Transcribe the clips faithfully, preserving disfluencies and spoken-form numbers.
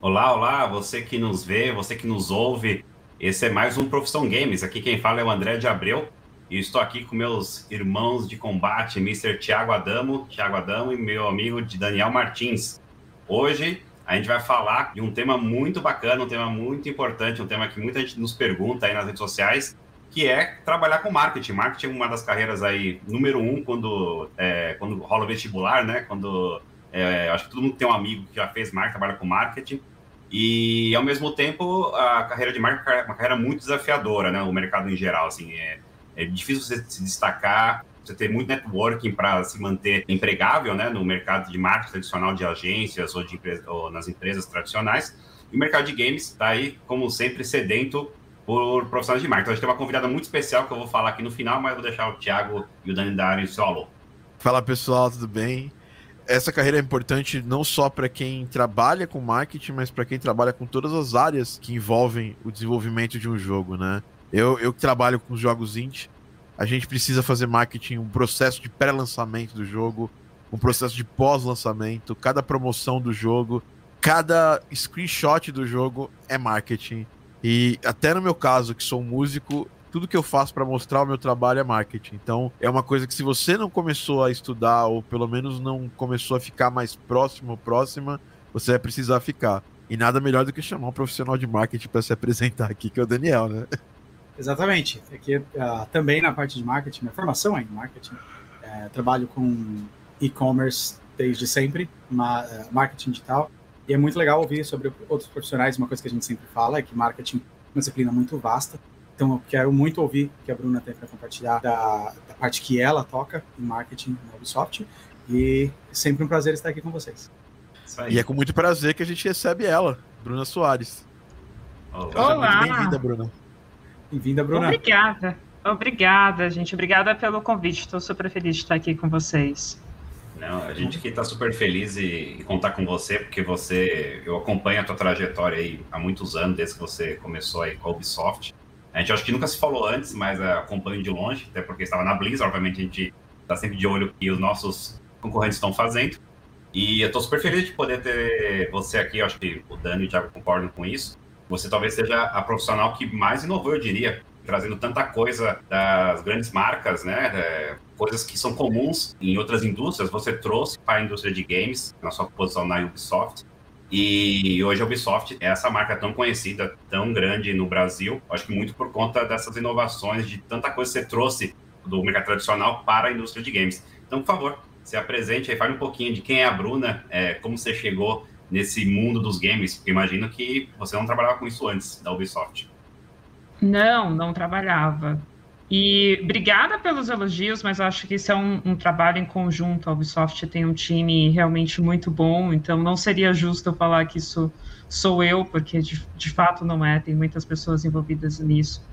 Olá, olá, você que nos vê, você que nos ouve. Esse é mais um Profissão Games. Aqui quem fala é o André de Abreu e estou aqui com meus irmãos de combate, mister Thiago Adamo, Thiago Adamo e meu amigo de Daniel Martins. Hoje a gente vai falar de um tema muito bacana, um tema muito importante, um tema que muita gente nos pergunta aí nas redes sociais, que é trabalhar com marketing. Marketing é uma das carreiras aí número um quando, é, quando rola o vestibular, né? Quando é, acho que todo mundo tem um amigo que já fez marketing, trabalha com marketing. E, ao mesmo tempo, a carreira de marketing é uma carreira muito desafiadora, né? O mercado em geral, assim, é, é difícil você se destacar, você ter muito networking para se manter empregável, né? No mercado de marketing tradicional de agências ou, de empresa, ou nas empresas tradicionais. E o mercado de games está aí, como sempre, sedento por profissionais de marketing. Então, a gente tem uma convidada muito especial que eu vou falar aqui no final, mas eu vou deixar o Thiago e o Dani darem o seu alô. Fala pessoal, tudo bem? Essa carreira é importante não só para quem trabalha com marketing, mas para quem trabalha com todas as áreas que envolvem o desenvolvimento de um jogo, né? Eu, eu que trabalho com jogos indie, a gente precisa fazer marketing, um processo de pré-lançamento do jogo, um processo de pós-lançamento, cada promoção do jogo, cada screenshot do jogo é marketing. E até no meu caso, que sou um músico, tudo que eu faço para mostrar o meu trabalho é marketing. Então, é uma coisa que se você não começou a estudar, ou pelo menos não começou a ficar mais próximo ou próxima, você vai precisar ficar. E nada melhor do que chamar um profissional de marketing para se apresentar aqui, que é o Daniel, né? Exatamente. Aqui, uh, também na parte de marketing, minha formação é em marketing. Uh, trabalho com e-commerce desde sempre, uma, uh, marketing digital. E é muito legal ouvir sobre outros profissionais. Uma coisa que a gente sempre fala é que marketing é uma disciplina muito vasta. Então, eu quero muito ouvir o que a Bruna tem para compartilhar da, da parte que ela toca em marketing na Ubisoft. E é sempre um prazer estar aqui com vocês. E é com muito prazer que a gente recebe ela, Bruna Soares. Olá! Olá. Bem-vinda, Bruna. Bem-vinda, Bruna. Obrigada. Obrigada, gente. Obrigada pelo convite. Estou super feliz de estar aqui com vocês. Não, a gente aqui está super feliz e, e contar com você, porque você, eu acompanho a tua trajetória aí há muitos anos, desde que você começou aí com a Ubisoft. A gente acho que nunca se falou antes, mas acompanho de longe, até porque estava na Blizz, obviamente a gente está sempre de olho o que os nossos concorrentes estão fazendo. E eu estou super feliz de poder ter você aqui, eu acho que o Dani e o Thiago concordam com isso. Você talvez seja a profissional que mais inovou, eu diria, trazendo tanta coisa das grandes marcas, né? É, coisas que são comuns em outras indústrias, você trouxe para a indústria de games, na sua posição na Ubisoft. E hoje a Ubisoft é essa marca tão conhecida, tão grande no Brasil, acho que muito por conta dessas inovações, de tanta coisa que você trouxe do mercado tradicional para a indústria de games. Então, por favor, se apresente aí, fale um pouquinho de quem é a Bruna, é, como você chegou nesse mundo dos games, porque imagino que você não trabalhava com isso antes da Ubisoft. Não, não trabalhava. E obrigada pelos elogios, mas eu acho que isso é um, um trabalho em conjunto. A Ubisoft tem um time realmente muito bom, então não seria justo eu falar que isso sou eu, porque de, de fato não é, tem muitas pessoas envolvidas nisso.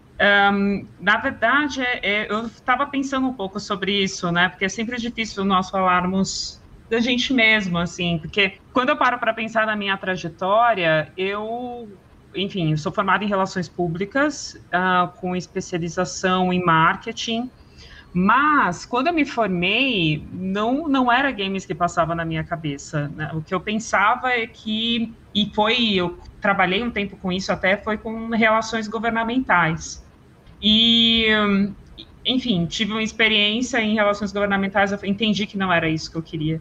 Um, na verdade, é, é, eu estava pensando um pouco sobre isso, né? Porque é sempre difícil nós falarmos da gente mesmo, assim, porque quando eu paro para pensar na minha trajetória, eu... Enfim, eu sou formada em Relações Públicas, uh, com especialização em marketing, mas quando eu me formei, não, não era games que passava na minha cabeça, né? O que eu pensava é que, e foi, eu trabalhei um tempo com isso até, foi com relações governamentais. E, enfim, tive uma experiência em relações governamentais, eu entendi que não era isso que eu queria.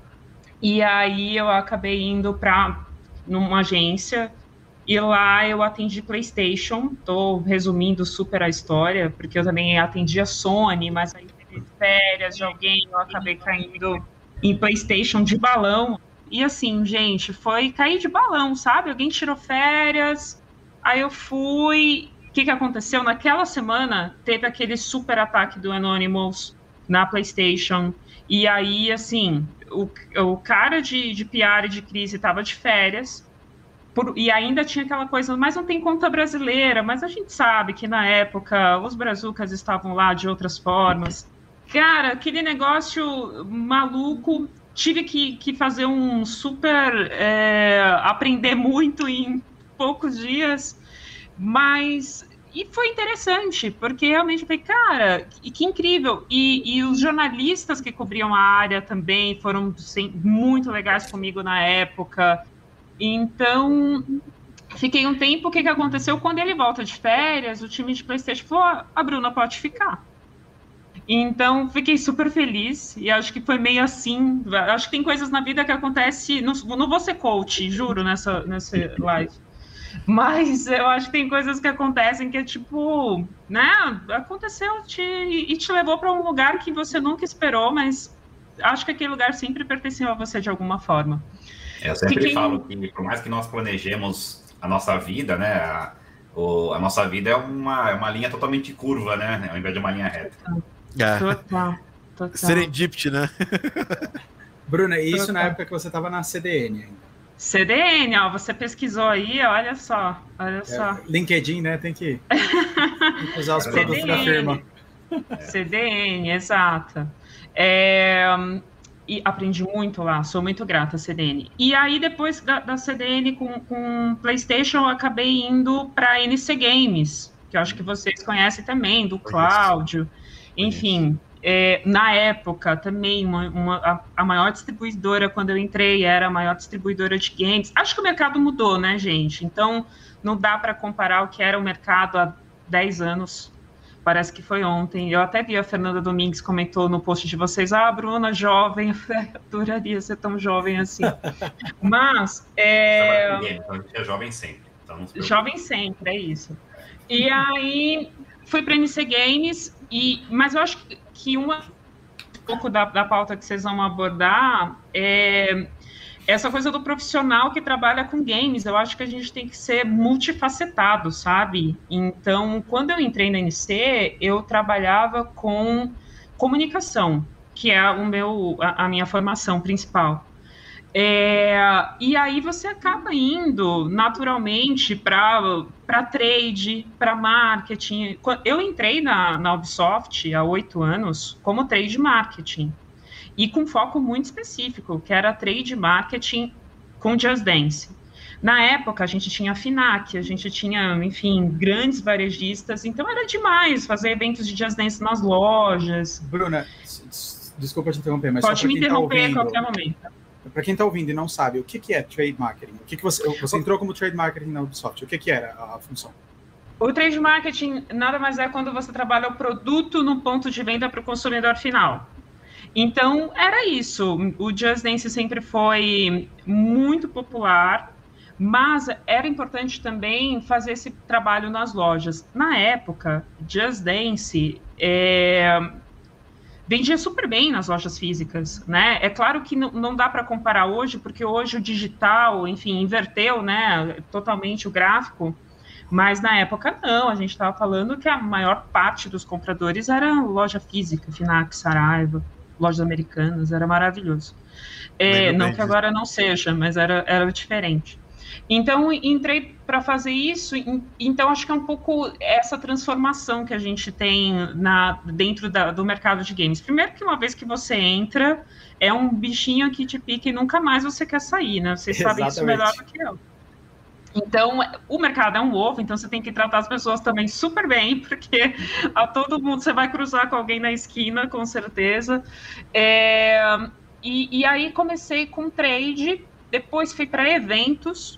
E aí eu acabei indo para numa agência. E lá eu atendi PlayStation, estou resumindo super a história, porque eu também atendi a Sony, mas aí teve férias de alguém, eu acabei caindo em PlayStation de balão. E assim, gente, foi cair de balão, sabe? Alguém tirou férias, aí eu fui... O que, que aconteceu? Naquela semana, teve aquele super ataque do Anonymous na PlayStation, e aí, assim, o, o cara de, de P R e de crise estava de férias, Por, e ainda tinha aquela coisa, mas não tem conta brasileira, mas a gente sabe que na época os brazucas estavam lá de outras formas. Cara, aquele negócio maluco, tive que, que fazer um super, é, aprender muito em poucos dias, mas, e foi interessante, porque realmente eu falei, cara, que incrível, e, e os jornalistas que cobriam a área também foram sim, muito legais comigo na época. Então, fiquei um tempo. O que, que aconteceu? Quando ele volta de férias, o time de PlayStation falou, a Bruna pode ficar. Então, fiquei super feliz, e acho que foi meio assim. Acho que tem coisas na vida que acontecem. Não, não vou ser coach, juro, nessa, nessa live. Mas eu acho que tem coisas que acontecem que é tipo, né? Aconteceu te, e te levou para um lugar que você nunca esperou, mas acho que aquele lugar sempre pertenceu a você de alguma forma. Eu sempre Fiquei... falo que, por mais que nós planejemos a nossa vida, né? A, o, a nossa vida é uma, é uma linha totalmente curva, né? Ao invés de uma linha reta. É. Total, total. Serendipity, né? Bruna, isso total. Na época que você estava na C D N ainda. C D N, ó, você pesquisou aí, olha só, olha é, só. LinkedIn, né? Tem que, tem que usar os produtos da firma. C D N, exato. É, e aprendi muito lá, sou muito grata à C D N. E aí, depois da, da C D N com, com PlayStation, eu acabei indo para a N C Games, que eu acho que vocês conhecem também, do Cláudio. Enfim, é, na época também, uma, uma, a, a maior distribuidora, quando eu entrei, era a maior distribuidora de games. Acho que o mercado mudou, né, gente? Então, não dá para comparar o que era o mercado há dez anos. Parece que foi ontem. Eu até vi a Fernanda Domingues comentou no post de vocês, ah, Bruna, jovem, eu adoraria ser tão jovem assim. Mas... É... A gente é jovem sempre. Então jovem sempre, é isso. E aí, fui para a N C Games, e, mas eu acho que uma, um pouco da, da pauta que vocês vão abordar é essa coisa do profissional que trabalha com games. Eu acho que a gente tem que ser multifacetado, sabe? Então, quando eu entrei na N C, eu trabalhava com comunicação, que é o meu, a, a minha formação principal. É, e aí você acaba indo naturalmente para trade, para marketing. Eu entrei na, na Ubisoft há oito anos como trade marketing, e com foco muito específico, que era trade marketing com Just Dance. Na época, a gente tinha a FINAC, a gente tinha, enfim, grandes varejistas, então era demais fazer eventos de Just Dance nas lojas. Bruna, desculpa te interromper, mas pode só me interromper tá ouvindo, a qualquer momento. Para quem está ouvindo e não sabe, o que, que é trade marketing? O que, que você, você entrou como trade marketing na Ubisoft, o que, que era a, a função? O trade marketing nada mais é quando você trabalha o produto no ponto de venda para o consumidor final. Então, era isso. O Just Dance sempre foi muito popular, mas era importante também fazer esse trabalho nas lojas. Na época, Just Dance é, vendia super bem nas lojas físicas, né? É claro que não, não dá para comparar hoje, porque hoje o digital, enfim, inverteu, né, totalmente o gráfico, mas na época não, a gente estava falando que a maior parte dos compradores era loja física, FINAC, Saraiva, lojas americanas, era maravilhoso. É, não que agora não seja, mas era, era diferente. Então, entrei para fazer isso, então acho que é um pouco essa transformação que a gente tem na, dentro da, do mercado de games. Primeiro que uma vez que você entra, é um bichinho que te pica e nunca mais você quer sair, né? Vocês sabem isso melhor do que eu. Então, o mercado é um ovo, então você tem que tratar as pessoas também super bem, porque a todo mundo você vai cruzar com alguém na esquina, com certeza. É, e, e aí comecei com trade, depois fui para eventos,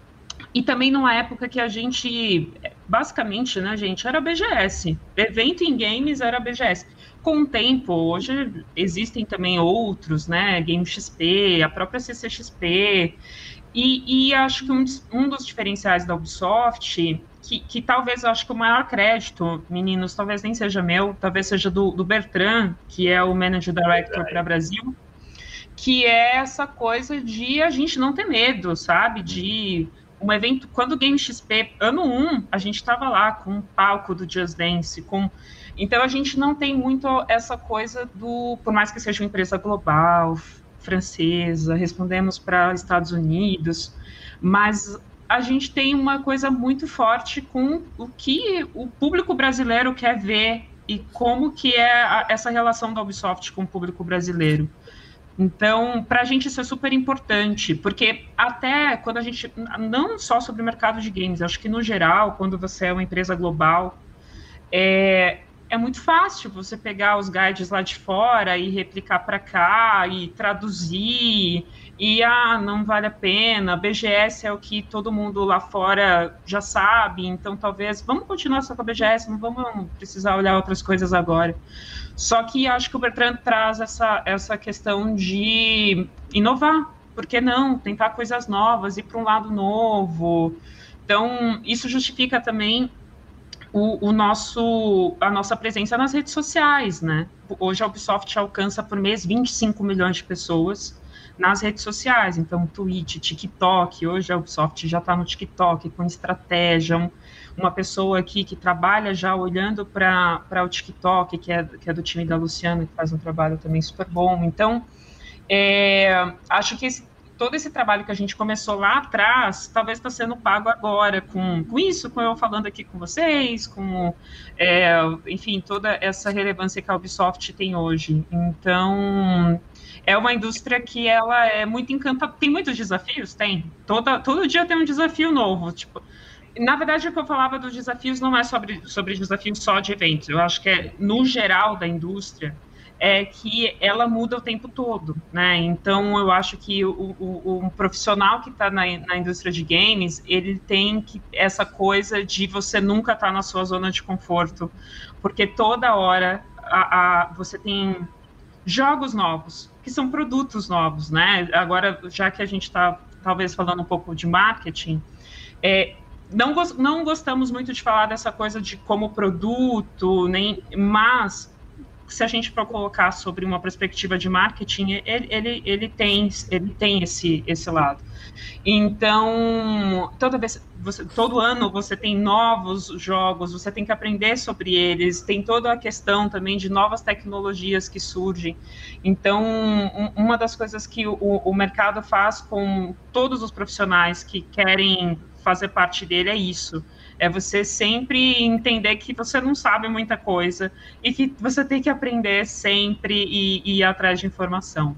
e também numa época que a gente, basicamente, né, gente, era B G S. Evento em games era B G S. Com o tempo, hoje existem também outros, né, Game X P, a própria C C X P... E, e acho que um, um dos diferenciais da Ubisoft, que, que talvez eu acho que o maior crédito, meninos, talvez nem seja meu, talvez seja do, do Bertrand, que é o Manager Director para Brasil, que é essa coisa de a gente não ter medo, sabe? De um evento, quando o Game X P, ano um, a gente estava lá com um palco do Just Dance, com... Então a gente não tem muito essa coisa do, por mais que seja uma empresa global, francesa, respondemos para Estados Unidos, mas a gente tem uma coisa muito forte com o que o público brasileiro quer ver e como que é a, essa relação da Ubisoft com o público brasileiro. Então, para a gente isso é super importante, porque até quando a gente, não só sobre o mercado de games, acho que no geral, quando você é uma empresa global, é... é muito fácil você pegar os guides lá de fora e replicar para cá e traduzir e ah, não vale a pena, B G S é o que todo mundo lá fora já sabe, então talvez vamos continuar só com a B G S, não vamos precisar olhar outras coisas agora. Só que acho que o Bertrand traz essa, essa questão de inovar, por que não? Tentar coisas novas, ir para um lado novo. Então, isso justifica também o, o nosso, a nossa presença nas redes sociais, né? Hoje a Ubisoft alcança por mês vinte e cinco milhões de pessoas nas redes sociais, então Twitch, TikTok, hoje a Ubisoft já está no TikTok com estratégia, um, uma pessoa aqui que trabalha já olhando para o TikTok, que é, que é do time da Luciana, que faz um trabalho também super bom. Então, é, acho que esse, todo esse trabalho que a gente começou lá atrás, talvez está sendo pago agora com, com isso, com eu falando aqui com vocês, com, é, enfim, toda essa relevância que a Ubisoft tem hoje. Então, é uma indústria que ela é muito encantada. Tem muitos desafios? Tem. Toda, todo dia tem um desafio novo. Tipo, na verdade, o que eu falava dos desafios não é sobre, sobre desafios só de eventos. Eu acho que é, no geral da indústria, é que ela muda o tempo todo, né? Então, eu acho que o, o, o profissional que está na, na indústria de games, ele tem que, essa coisa de você nunca estar tá na sua zona de conforto, porque toda hora a, a, você tem jogos novos, que são produtos novos, né? Agora, já que a gente está, talvez, falando um pouco de marketing, é, não, não gostamos muito de falar dessa coisa de como produto, nem, mas se a gente for colocar sobre uma perspectiva de marketing, ele, ele, ele tem, ele tem esse, esse lado. Então, toda vez, você, todo ano você tem novos jogos, você tem que aprender sobre eles, tem toda a questão também de novas tecnologias que surgem. Então, um, uma das coisas que o, o mercado faz com todos os profissionais que querem fazer parte dele é isso. É você sempre entender que você não sabe muita coisa e que você tem que aprender sempre e, e ir atrás de informação.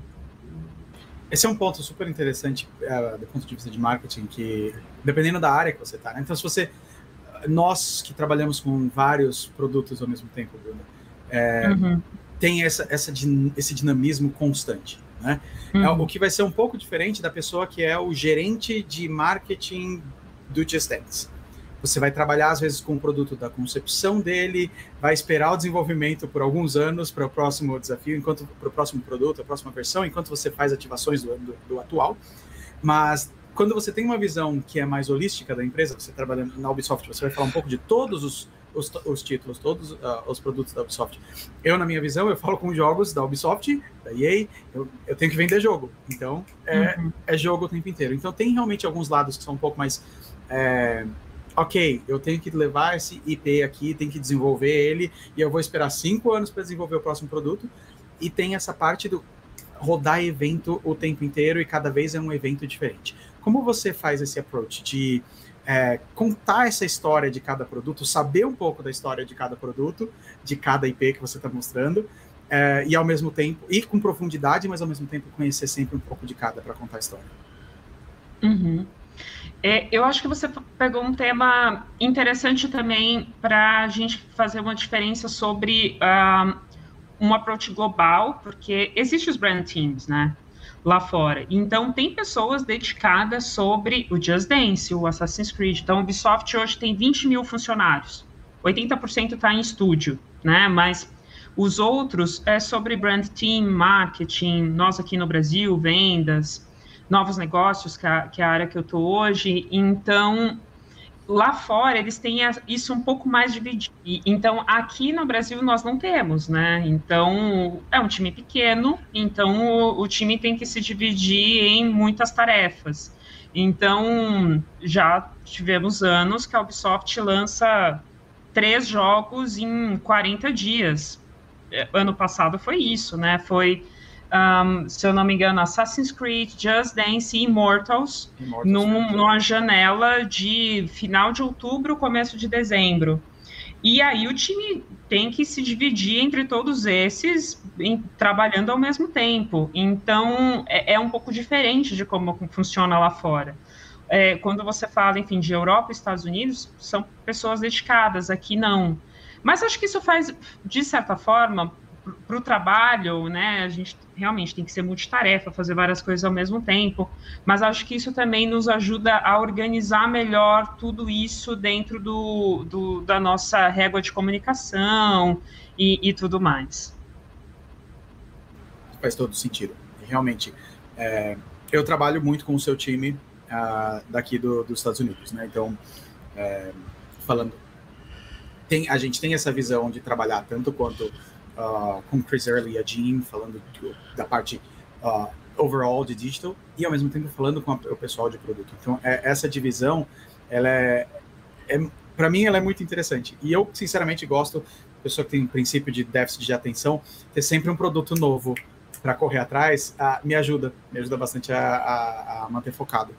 Esse é um ponto super interessante uh, do ponto de vista de marketing, que dependendo da área que você está, né? Então, se você... Nós que trabalhamos com vários produtos ao mesmo tempo, Bruna, é, uhum. tem essa, essa, esse dinamismo constante, né? Uhum. É, o que vai ser um pouco diferente da pessoa que é o gerente de marketing do Just Dance. Você vai trabalhar, às vezes, com o produto da concepção dele, vai esperar o desenvolvimento por alguns anos para o próximo desafio, enquanto para o próximo produto, a próxima versão, enquanto você faz ativações do, do, do atual. Mas, quando você tem uma visão que é mais holística da empresa, você trabalhando na Ubisoft, você vai falar um pouco de todos os, os, os títulos, todos uh, os produtos da Ubisoft. Eu, na minha visão, eu falo com jogos da Ubisoft, da E A, eu, eu tenho que vender jogo. Então, é, uhum. é jogo o tempo inteiro. Então, tem realmente alguns lados que são um pouco mais... É, ok, eu tenho que levar esse I P aqui, tenho que desenvolver ele, e eu vou esperar cinco anos para desenvolver o próximo produto, e tem essa parte do rodar evento o tempo inteiro, e cada vez é um evento diferente. Como você faz esse approach de é, contar essa história de cada produto, saber um pouco da história de cada produto, de cada I P que você está mostrando, é, e ao mesmo tempo, ir com profundidade, mas ao mesmo tempo conhecer sempre um pouco de cada para contar a história? Uhum. É, eu acho que você pegou um tema interessante também para a gente fazer uma diferença sobre uh, um approach global, porque existem os brand teams, né, lá fora. Então, tem pessoas dedicadas sobre o Just Dance, o Assassin's Creed. Então, o Ubisoft hoje tem vinte mil funcionários, oitenta por cento está em estúdio, né, mas os outros é sobre brand team, marketing, nós aqui no Brasil, vendas, novos negócios, que, a, que é a área que eu estou hoje. Então, lá fora, eles têm isso um pouco mais dividido. Então, aqui no Brasil, nós não temos, né? Então, é um time pequeno, então o, o time tem que se dividir em muitas tarefas. Então, já tivemos anos que a Ubisoft lança três jogos em quarenta dias. Ano passado foi isso, né? Foi... Um, se eu não me engano, Assassin's Creed, Just Dance e Immortals, Immortals num, numa janela de final de outubro, começo de dezembro. E aí o time tem que se dividir entre todos esses, em, trabalhando ao mesmo tempo. Então, é, é um pouco diferente de como funciona lá fora. É, quando você fala, enfim, de Europa e Estados Unidos, são pessoas dedicadas, aqui não. Mas acho que isso faz, de certa forma... para o trabalho, né, a gente realmente tem que ser multitarefa, fazer várias coisas ao mesmo tempo, mas acho que isso também nos ajuda a organizar melhor tudo isso dentro do, do, da nossa régua de comunicação e, e tudo mais. Faz todo sentido. Realmente, é, eu trabalho muito com o seu time uh, daqui do, dos Estados Unidos, né? Então, é, falando, tem, a gente tem essa visão de trabalhar tanto quanto uh, com Chris Early e a Jean, falando de, da parte uh, overall de digital, e ao mesmo tempo falando com a, o pessoal de produto. Então, é, essa divisão, ela é, é para mim, ela é muito interessante. E eu, sinceramente, gosto, pessoa que tem um princípio de déficit de atenção, ter sempre um produto novo para correr atrás, uh, me ajuda, me ajuda bastante a, a, a manter focado.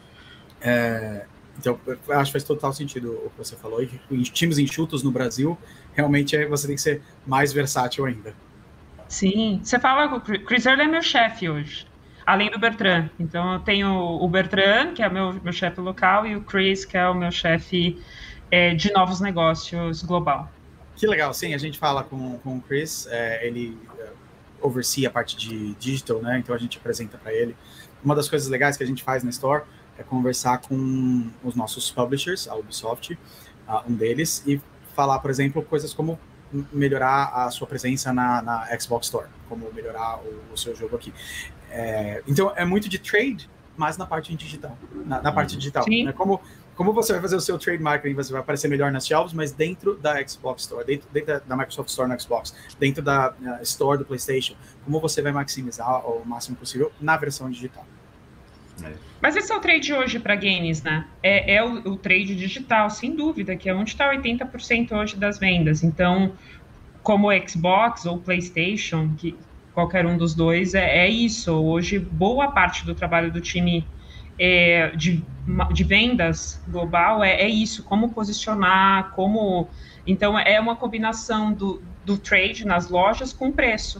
É, então, eu acho que faz total sentido o que você falou, e em times enxutos no Brasil, realmente você tem que ser mais versátil ainda. Sim, você fala, o Chris Early é meu chefe hoje, além do Bertrand. Então, eu tenho o Bertrand, que é meu, meu chefe local, e o Chris, que é o meu chefe é, de novos negócios global. Que legal, sim, a gente fala com, com o Chris, é, ele oversee a parte de digital, né? Então a gente apresenta para ele. Uma das coisas legais que a gente faz na Store é conversar com os nossos publishers, a Ubisoft, uh, um deles, e falar, por exemplo, coisas como melhorar a sua presença na, na Xbox Store, como melhorar o, o seu jogo aqui. É, então é muito de trade, mas na parte digital, na, na parte digital. Né? Como Como você vai fazer o seu trade marketing, você vai aparecer melhor nas shelves, mas dentro da Xbox Store, dentro, dentro da Microsoft Store no Xbox, dentro da uh, Store do PlayStation, como você vai maximizar o máximo possível na versão digital. É. Mas esse é o trade hoje para games, né? É, é o, o trade digital, sem dúvida, que é onde está oitenta por cento hoje das vendas. Então, como Xbox ou PlayStation, que qualquer um dos dois, é, é isso. Hoje, boa parte do trabalho do time É, de, de vendas global é, é isso, como posicionar, como... Então, é uma combinação do, do trade nas lojas com preço.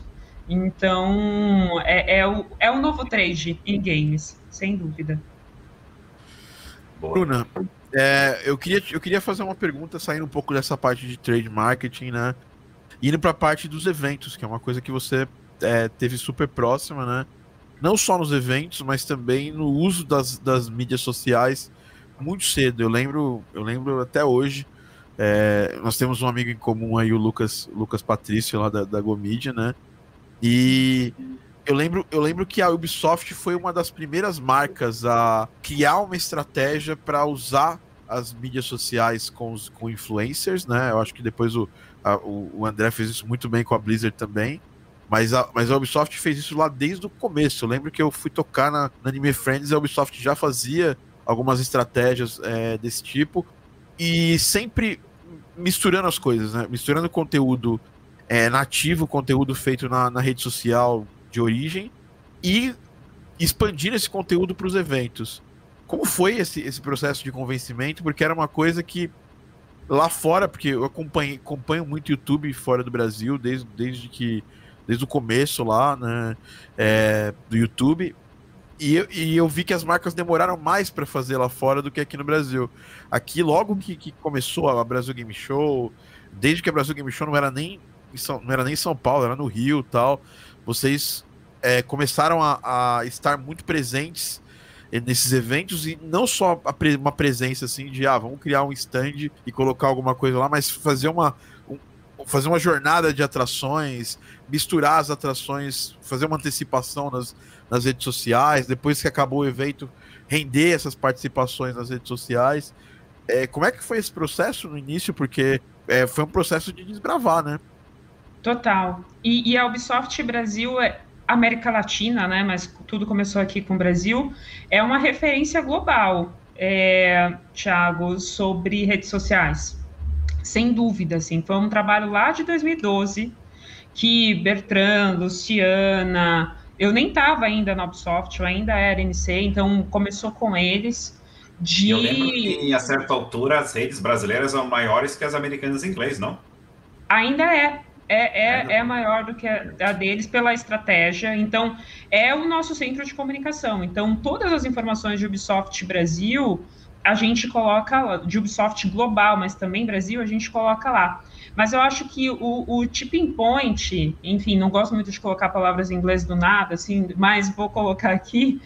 Então, é, é, o, é o novo trade em games, sem dúvida. Bruna, é, eu, queria, eu queria fazer uma pergunta, saindo um pouco dessa parte de trade marketing, né? Indo para a parte dos eventos, que é uma coisa que você é, teve super próxima, né? Não só nos eventos, mas também no uso das, das mídias sociais muito cedo. Eu lembro, eu lembro até hoje, é, nós temos um amigo em comum aí, o Lucas, Lucas Patrício, lá da, da GoMedia, né? E eu lembro, eu lembro que a Ubisoft foi uma das primeiras marcas a criar uma estratégia para usar as mídias sociais com, os, com influencers, né? Eu acho que depois o, a, o André fez isso muito bem com a Blizzard também. Mas a, mas a Ubisoft fez isso lá desde o começo. Eu lembro que eu fui tocar na, na Anime Friends e a Ubisoft já fazia algumas estratégias é, desse tipo. E sempre misturando as coisas, né? Misturando conteúdo é, nativo, conteúdo feito na, na rede social de origem e expandindo esse conteúdo para os eventos. Como foi esse, esse processo de convencimento? Porque era uma coisa que lá fora, porque eu acompanho, acompanho muito YouTube fora do Brasil, desde, desde que desde o começo lá, né, é, do YouTube, e eu, e eu vi que as marcas demoraram mais para fazer lá fora do que aqui no Brasil. Aqui, logo que, que começou a Brasil Game Show, desde que a Brasil Game Show não era nem em São, não era nem em São Paulo, era no Rio e tal, vocês é, começaram a, a estar muito presentes nesses eventos, e não só a pre, uma presença assim de, ah, vamos criar um stand e colocar alguma coisa lá, mas fazer uma fazer uma jornada de atrações, misturar as atrações, fazer uma antecipação nas, nas redes sociais, depois que acabou o evento, render essas participações nas redes sociais. É, como é que foi esse processo no início? Porque é, foi um processo de desbravar, né? Total. E, e a Ubisoft Brasil, é, América Latina, né? Mas tudo começou aqui com o Brasil, é uma referência global, é, Thiago, sobre redes sociais. Sem dúvida, assim, foi um trabalho lá de dois mil e doze, que Bertrand, Luciana, eu nem estava ainda na Ubisoft, eu ainda era N C, então começou com eles. De... Eu lembro que, a certa altura, as redes brasileiras são maiores que as americanas em inglês, não? Ainda é. É, é, é maior do que a, a deles pela estratégia. Então, é o nosso centro de comunicação. Então, todas as informações de Ubisoft Brasil a gente coloca lá, de Ubisoft global, mas também Brasil, a gente coloca lá. Mas eu acho que o, o tipping point, enfim, não gosto muito de colocar palavras em inglês do nada, assim, mas vou colocar aqui,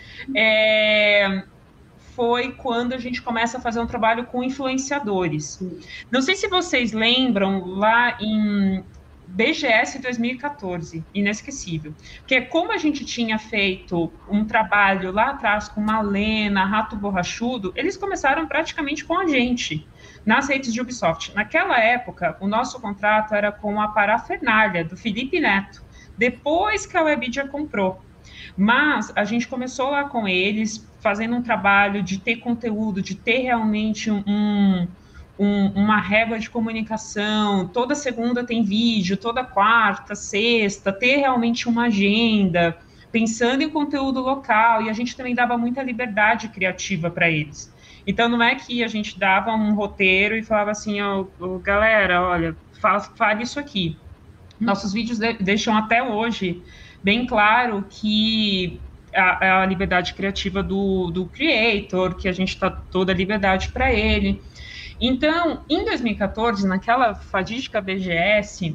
é, foi quando a gente começa a fazer um trabalho com influenciadores. Não sei se vocês lembram, lá em B G S dois mil e quatorze, inesquecível, porque como a gente tinha feito um trabalho lá atrás com Malena, Rato Borrachudo, eles começaram praticamente com a gente, nas redes de Ubisoft. Naquela época, o nosso contrato era com a Parafernália, do Felipe Neto, depois que a Webedia comprou. Mas a gente começou lá com eles, fazendo um trabalho de ter conteúdo, de ter realmente um, um, uma régua de comunicação. Toda segunda tem vídeo, toda quarta, sexta, ter realmente uma agenda, pensando em conteúdo local, e a gente também dava muita liberdade criativa para eles. Então, não é que a gente dava um roteiro e falava assim, oh, oh, galera, olha, fala, fale isso aqui. Nossos vídeos de, deixam até hoje bem claro que a, a liberdade criativa do, do creator, que a gente dá toda a liberdade para ele. Então, em dois mil e quatorze, naquela fadídica B G S,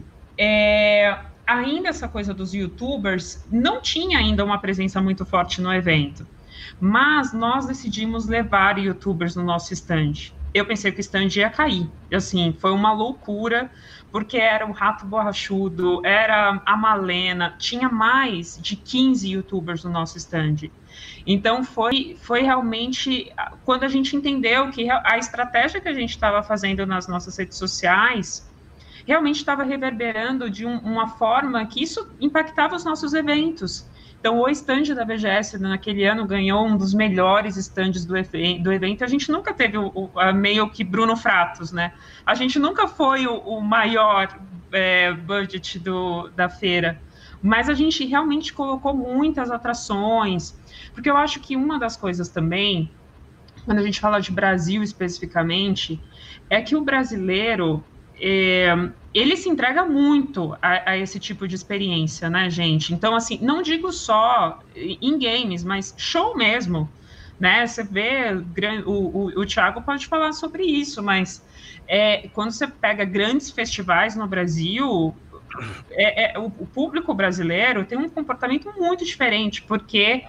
é, ainda essa coisa dos youtubers não tinha ainda uma presença muito forte no evento. Mas nós decidimos levar youtubers no nosso stand. Eu pensei que o stand ia cair. Assim, foi uma loucura, porque era o Rato Borrachudo, era a Malena, tinha mais de quinze youtubers no nosso stand. Então, foi, foi realmente quando a gente entendeu que a estratégia que a gente estava fazendo nas nossas redes sociais realmente estava reverberando de um, uma forma que isso impactava os nossos eventos. Então, o stand da B G S naquele ano ganhou um dos melhores stands do, do evento. A gente nunca teve o, o a meio que Bruno Fratos, né? A gente nunca foi o, o maior é, budget do, da feira, mas a gente realmente colocou muitas atrações, porque eu acho que uma das coisas também, quando a gente fala de Brasil especificamente, é que o brasileiro... É, ele se entrega muito a, a esse tipo de experiência, né, gente? Então, assim, não digo só em games, mas show mesmo, né? Você vê, o, o, o Thiago pode falar sobre isso, mas é, quando você pega grandes festivais no Brasil, é, é, o, o público brasileiro tem um comportamento muito diferente, porque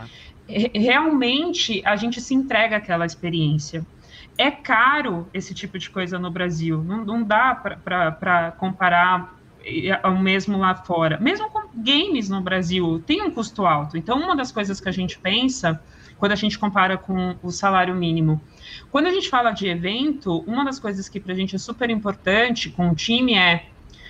realmente a gente se entrega àquela experiência. É caro esse tipo de coisa no Brasil, não, não dá para comparar ao mesmo lá fora. Mesmo com games no Brasil, tem um custo alto. Então, uma das coisas que a gente pensa, quando a gente compara com o salário mínimo, quando a gente fala de evento, uma das coisas que para a gente é super importante com o time é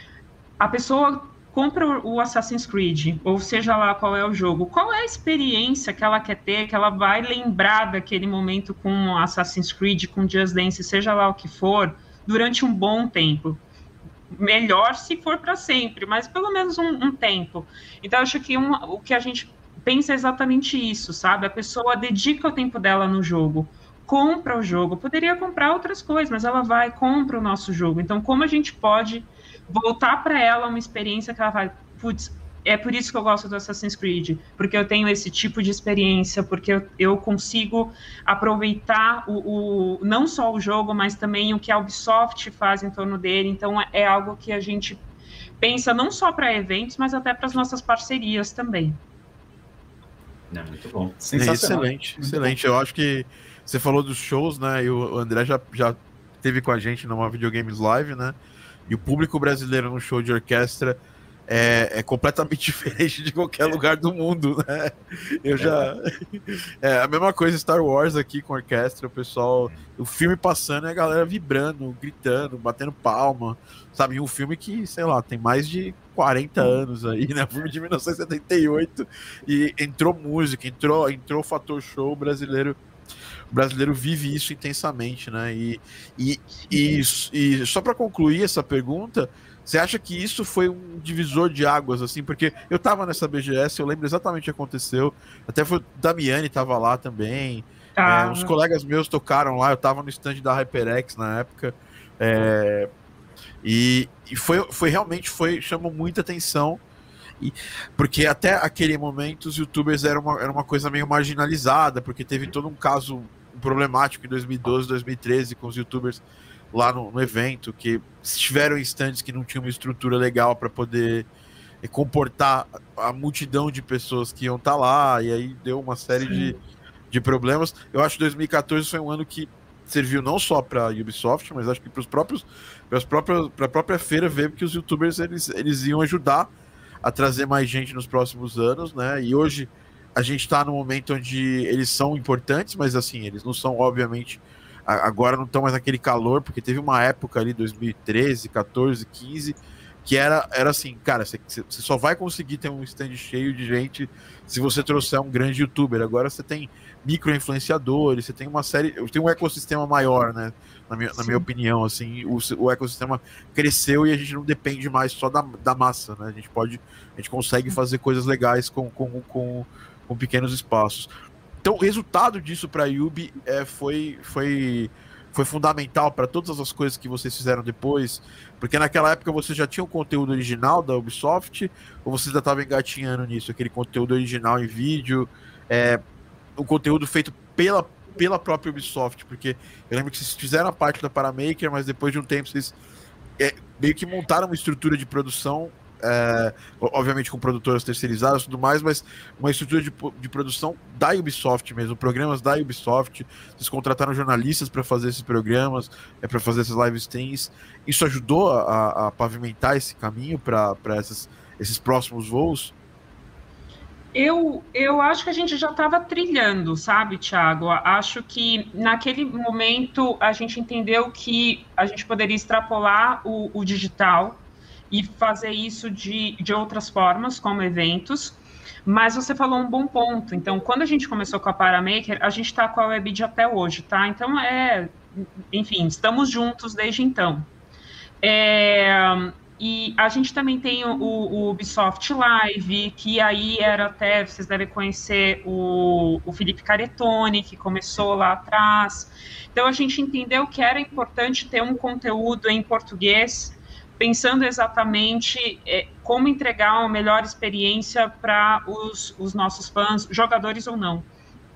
a pessoa compra o Assassin's Creed, ou seja lá qual é o jogo, qual é a experiência que ela quer ter, que ela vai lembrar daquele momento com Assassin's Creed, com Just Dance, seja lá o que for, durante um bom tempo. Melhor se for para sempre, mas pelo menos um, um tempo. Então, acho que um, o que a gente pensa é exatamente isso, sabe? A pessoa dedica o tempo dela no jogo, compra o jogo, poderia comprar outras coisas, mas ela vai, compra o nosso jogo. Então, como a gente pode voltar para ela uma experiência que ela vai, putz, é por isso que eu gosto do Assassin's Creed, porque eu tenho esse tipo de experiência, porque eu, eu consigo aproveitar o, o, não só o jogo, mas também o que a Ubisoft faz em torno dele. Então, é, é algo que a gente pensa não só para eventos, mas até para as nossas parcerias também. É muito bom. É excelente, muito excelente. Bom. Eu acho que você falou dos shows, né, e o André já, já teve com a gente numa Videogames Live, né, e o público brasileiro no show de orquestra é, é completamente diferente de qualquer lugar do mundo, né? Eu já... É a mesma coisa Star Wars aqui com orquestra, o pessoal... O filme passando e a galera vibrando, gritando, batendo palma, sabe? Um filme que, sei lá, tem mais de quarenta anos aí, né? Um filme de mil novecentos e setenta e oito e entrou música, entrou, entrou o fator show brasileiro. O brasileiro vive isso intensamente, né? E, e, e, e só para concluir essa pergunta, você acha que isso foi um divisor de águas, assim? Porque eu tava nessa B G S, eu lembro exatamente o que aconteceu. Até foi o Damiani tava lá também. Ah. É, uns colegas meus tocaram lá, eu tava no stand da HyperX na época. É, e e foi, foi realmente, foi, chamou muita atenção. E, porque até aquele momento os youtubers eram uma, era uma coisa meio marginalizada, porque teve todo um caso problemático em dois mil e doze, dois mil e treze com os youtubers lá no, no evento, que estiveram em stands que não tinham uma estrutura legal para poder comportar a multidão de pessoas que iam estar lá, e aí deu uma série de, de problemas. Eu acho que dois mil e quatorze foi um ano que serviu não só para a Ubisoft, mas acho que para os próprios, para as próprias, para a própria feira ver que os youtubers eles, eles iam ajudar a trazer mais gente nos próximos anos, né? E hoje a gente está no momento onde eles são importantes, mas assim, eles não são, obviamente, agora não estão mais naquele calor, porque teve uma época ali, dois mil e treze, quatorze, quinze, que era, era assim, cara, você, você só vai conseguir ter um stand cheio de gente se você trouxer um grande youtuber. Agora você tem micro-influenciadores, você tem uma série, tem um ecossistema maior, né? Na minha, na minha opinião, assim, o, o ecossistema cresceu e a gente não depende mais só da, da massa, né? A gente pode, a gente consegue fazer coisas legais com, com, com, com pequenos espaços. Então, o resultado disso para a Ubi é, foi, foi, foi fundamental para todas as coisas que vocês fizeram depois, porque naquela época você já tinha o conteúdo original da Ubisoft, ou você ainda estava engatinhando nisso, aquele conteúdo original em vídeo, é, o conteúdo feito pela, pela própria Ubisoft, porque eu lembro que vocês fizeram a parte da Paramaker, mas depois de um tempo vocês é, meio que montaram uma estrutura de produção, é, obviamente com produtoras terceirizadas e tudo mais, mas uma estrutura de, de produção da Ubisoft mesmo, programas da Ubisoft. Vocês contrataram jornalistas para fazer esses programas, é, para fazer esses live streams. Isso ajudou a, a pavimentar esse caminho para esses próximos voos? Eu, eu acho que a gente já estava trilhando, sabe, Thiago? Acho que naquele momento a gente entendeu que a gente poderia extrapolar o, o digital e fazer isso de, de outras formas, como eventos, mas você falou um bom ponto. Então, quando a gente começou com a Paramaker, a gente está com a Webid até hoje, tá? Então, é, enfim, estamos juntos desde então. É, e a gente também tem o, o Ubisoft Live, que aí era até, vocês devem conhecer o, o Felipe Caretoni, que começou lá atrás. Então, a gente entendeu que era importante ter um conteúdo em português, pensando exatamente é, como entregar uma melhor experiência para os, os nossos fãs, jogadores ou não.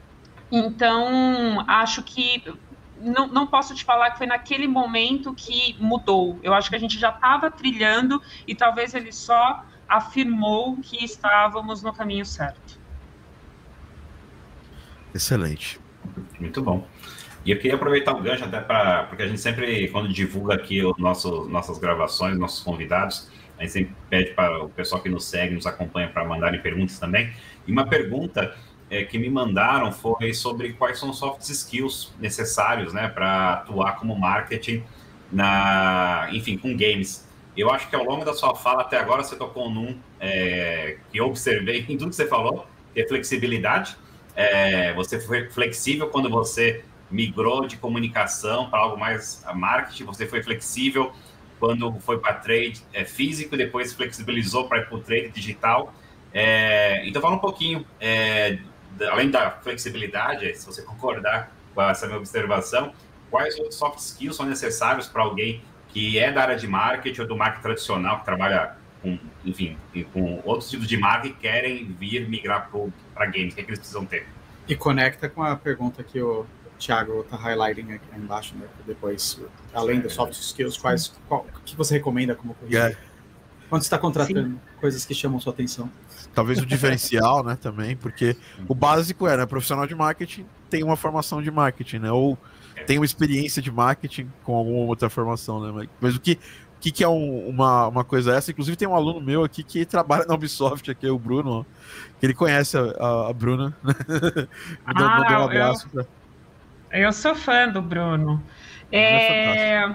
Então, acho que não, não posso te falar que foi naquele momento que mudou. Eu acho que a gente já estava trilhando e talvez ele só afirmou que estávamos no caminho certo. Excelente. Muito bom. E eu queria aproveitar o gancho até para... Porque a gente sempre, quando divulga aqui os nossos, nossas gravações, nossos convidados, a gente sempre pede para o pessoal que nos segue, nos acompanha, para mandarem perguntas também. E uma pergunta é, que me mandaram foi sobre quais são os soft skills necessários, né, para atuar como marketing, na, enfim, com games. Eu acho que ao longo da sua fala até agora você tocou num é, que eu observei em tudo que você falou, que é flexibilidade. É, você foi flexível quando você migrou de comunicação para algo mais marketing, você foi flexível quando foi para trade é, físico, depois flexibilizou para o trade digital. É, então, fala um pouquinho, é, além da flexibilidade, se você concordar com essa minha observação, quais outros soft skills são necessários para alguém que é da área de marketing ou do marketing tradicional, que trabalha com, enfim, com outros tipos de marketing e querem vir migrar para games? O que, é que eles precisam ter? E conecta com a pergunta que o Thiago está highlighting aqui embaixo, né? Depois, além dos soft skills, quais, qual, o que você recomenda como corrigir? Yeah. Quando você está contratando Sim. coisas que chamam sua atenção? Talvez o diferencial, né, também, porque o básico é, né, profissional de marketing tem uma formação de marketing, né, ou tem uma experiência de marketing com alguma outra formação, né, mas o que, o que, que é um, uma, uma coisa essa? Inclusive tem um aluno meu aqui que trabalha na Ubisoft, aqui é o Bruno, que ele conhece a, a, a Bruna, ah, mandou um abraço eu... pra... Eu sou fã do Bruno. É... É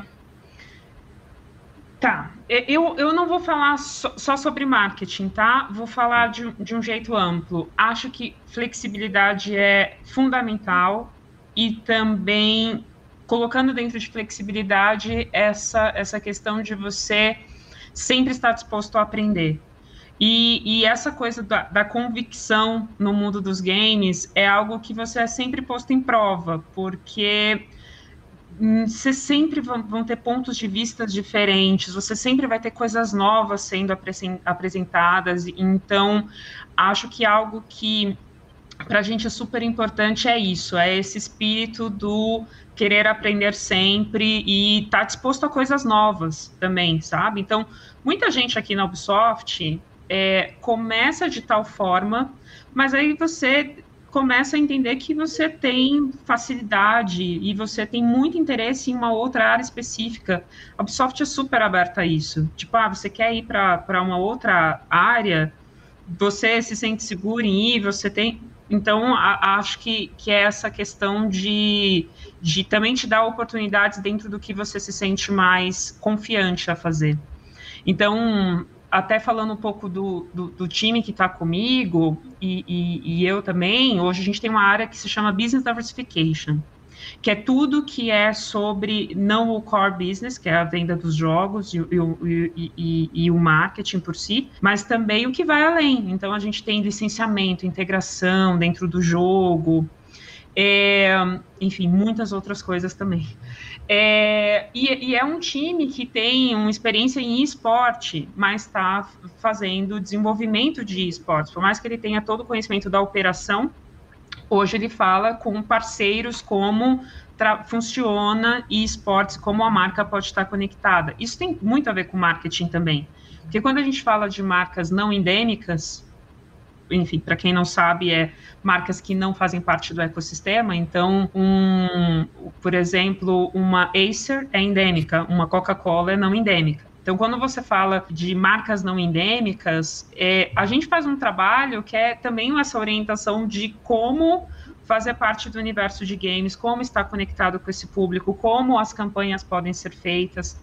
tá, eu, eu não vou falar só, só sobre marketing, tá? Vou falar de, de um jeito amplo. Acho que flexibilidade é fundamental e também colocando dentro de flexibilidade essa, essa questão de você sempre estar disposto a aprender. E, e essa coisa da, da convicção no mundo dos games é algo que você é sempre posto em prova, porque hum, você sempre vão, vão ter pontos de vista diferentes, você sempre vai ter coisas novas sendo apresentadas, então acho que algo que para a gente é super importante é isso, é esse espírito do querer aprender sempre e estar tá disposto a coisas novas também, sabe? Então, muita gente aqui na Ubisoft é, começa de tal forma, mas aí você começa a entender que você tem facilidade e você tem muito interesse em uma outra área específica. A Ubisoft é super aberta a isso. Tipo, ah, você quer ir para uma outra área, você se sente seguro em ir, você tem... Então, a, acho que, que é essa questão de, de também te dar oportunidades dentro do que você se sente mais confiante a fazer. Então... Até falando um pouco do, do, do time que está comigo, e, e, e eu também, hoje a gente tem uma área que se chama Business Diversification, que é tudo que é sobre, não o core business, que é a venda dos jogos e, e, e, e, e o marketing por si, mas também o que vai além. Então, a gente tem licenciamento, integração dentro do jogo, é, enfim, muitas outras coisas também. É, e, e é um time que tem uma experiência em esporte, mas está fazendo desenvolvimento de esportes. Por mais que ele tenha todo o conhecimento da operação, hoje ele fala com parceiros como funciona e esportes, como a marca pode estar conectada. Isso tem muito a ver com marketing também. Porque quando a gente fala de marcas não endêmicas, enfim, para quem não sabe, é marcas que não fazem parte do ecossistema. Então, um, por exemplo, uma Acer é endêmica, uma Coca-Cola é não endêmica. Então, quando você fala de marcas não endêmicas, é, a gente faz um trabalho que é também essa orientação de como fazer parte do universo de games, como estar conectado com esse público, como as campanhas podem ser feitas.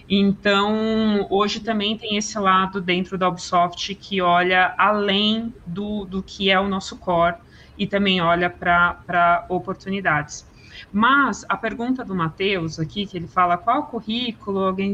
Então, hoje também tem esse lado dentro da Ubisoft que olha além do, do que é o nosso core e também olha para oportunidades. Mas a pergunta do Matheus aqui, que ele fala qual currículo, alguém...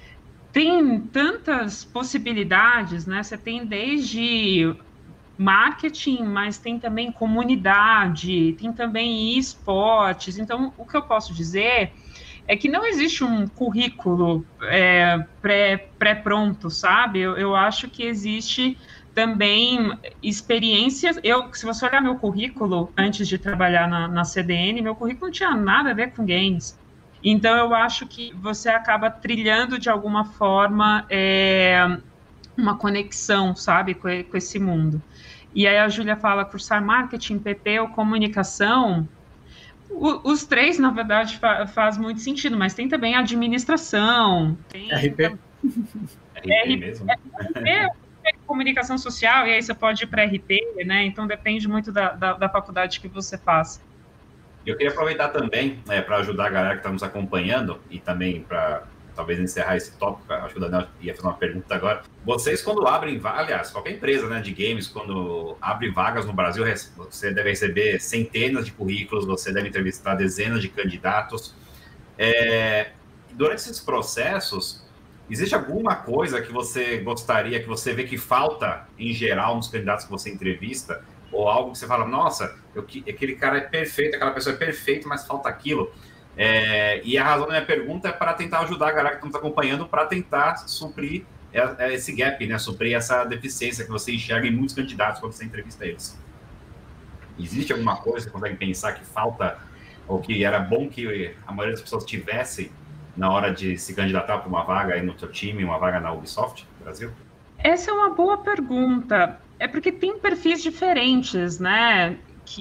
Tem tantas possibilidades, né? Você tem desde marketing, mas tem também comunidade, tem também esportes. Então, o que eu posso dizer é que não existe um currículo é, pré, pré-pronto, sabe? Eu, eu acho que existe também experiências. Eu, se você olhar meu currículo antes de trabalhar na, na C D N, meu currículo não tinha nada a ver com games. Então, eu acho que você acaba trilhando, de alguma forma, é, uma conexão, sabe, com, com esse mundo. E aí a Júlia fala, cursar marketing, P P ou comunicação... O, os três, na verdade, fa, faz muito sentido, mas tem também administração. Tem R P. R P mesmo. R P, comunicação social, e aí você pode ir para R P, né? Então depende muito da, da, da faculdade que você faz. Eu queria aproveitar também, né, para ajudar a galera que está nos acompanhando e também para talvez encerrar esse tópico. Acho que o Daniel ia fazer uma pergunta agora. Vocês, quando abrem vagas, aliás, qualquer empresa, né, de games, quando abre vagas no Brasil, você deve receber centenas de currículos, você deve entrevistar dezenas de candidatos. É, durante esses processos, existe alguma coisa que você gostaria, que você vê que falta, em geral, nos candidatos que você entrevista? Ou algo que você fala, nossa, eu, aquele cara é perfeito, aquela pessoa é perfeita, mas falta aquilo? É, e a razão da minha pergunta é para tentar ajudar a galera que está nos acompanhando para tentar suprir esse gap, né? Suprir essa deficiência que você enxerga em muitos candidatos quando você entrevista eles. Existe alguma coisa que você consegue pensar que falta ou que era bom que a maioria das pessoas tivessem na hora de se candidatar para uma vaga aí no seu time, uma vaga na Ubisoft Brasil? Essa é uma boa pergunta. É porque tem perfis diferentes, né? Que,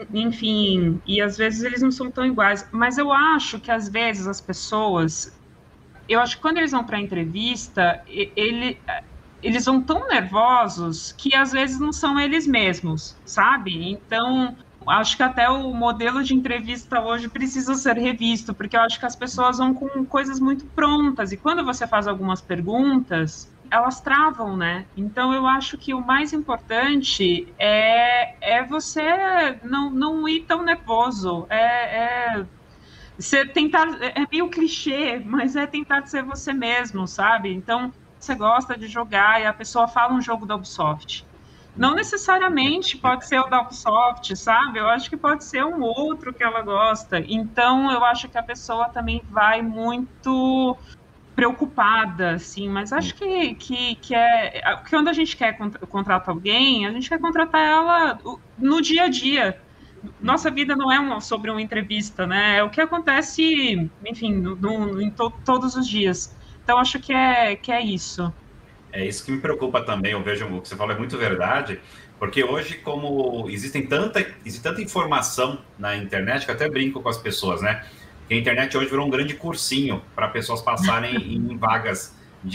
enfim, e às vezes eles não são tão iguais, mas eu acho que às vezes as pessoas, eu acho que quando eles vão para a entrevista, ele, eles vão tão nervosos que às vezes não são eles mesmos, sabe? Então, acho que até o modelo de entrevista hoje precisa ser revisto, porque eu acho que as pessoas vão com coisas muito prontas, e quando você faz algumas perguntas, elas travam, né? Então, eu acho que o mais importante é, é você não, não ir tão nervoso. É, é você tentar... É meio clichê, mas é tentar ser você mesmo, sabe? Então, você gosta de jogar e a pessoa fala um jogo da Ubisoft. Não necessariamente pode ser o da Ubisoft, sabe? Eu acho que pode ser um outro que ela gosta. Então, eu acho que a pessoa também vai muito... preocupada, assim, mas acho que, que, que é... que quando a gente quer contratar alguém, a gente quer contratar ela no dia a dia. Nossa vida não é uma, sobre uma entrevista, né? É o que acontece, enfim, no, no, em to, todos os dias. Então, acho que é, que é isso. É isso que me preocupa também, eu vejo o que você fala é muito verdade, porque hoje, como existem tanta, existe tanta informação na internet, que eu até brinco com as pessoas, né? Que a internet hoje virou um grande cursinho para pessoas passarem em vagas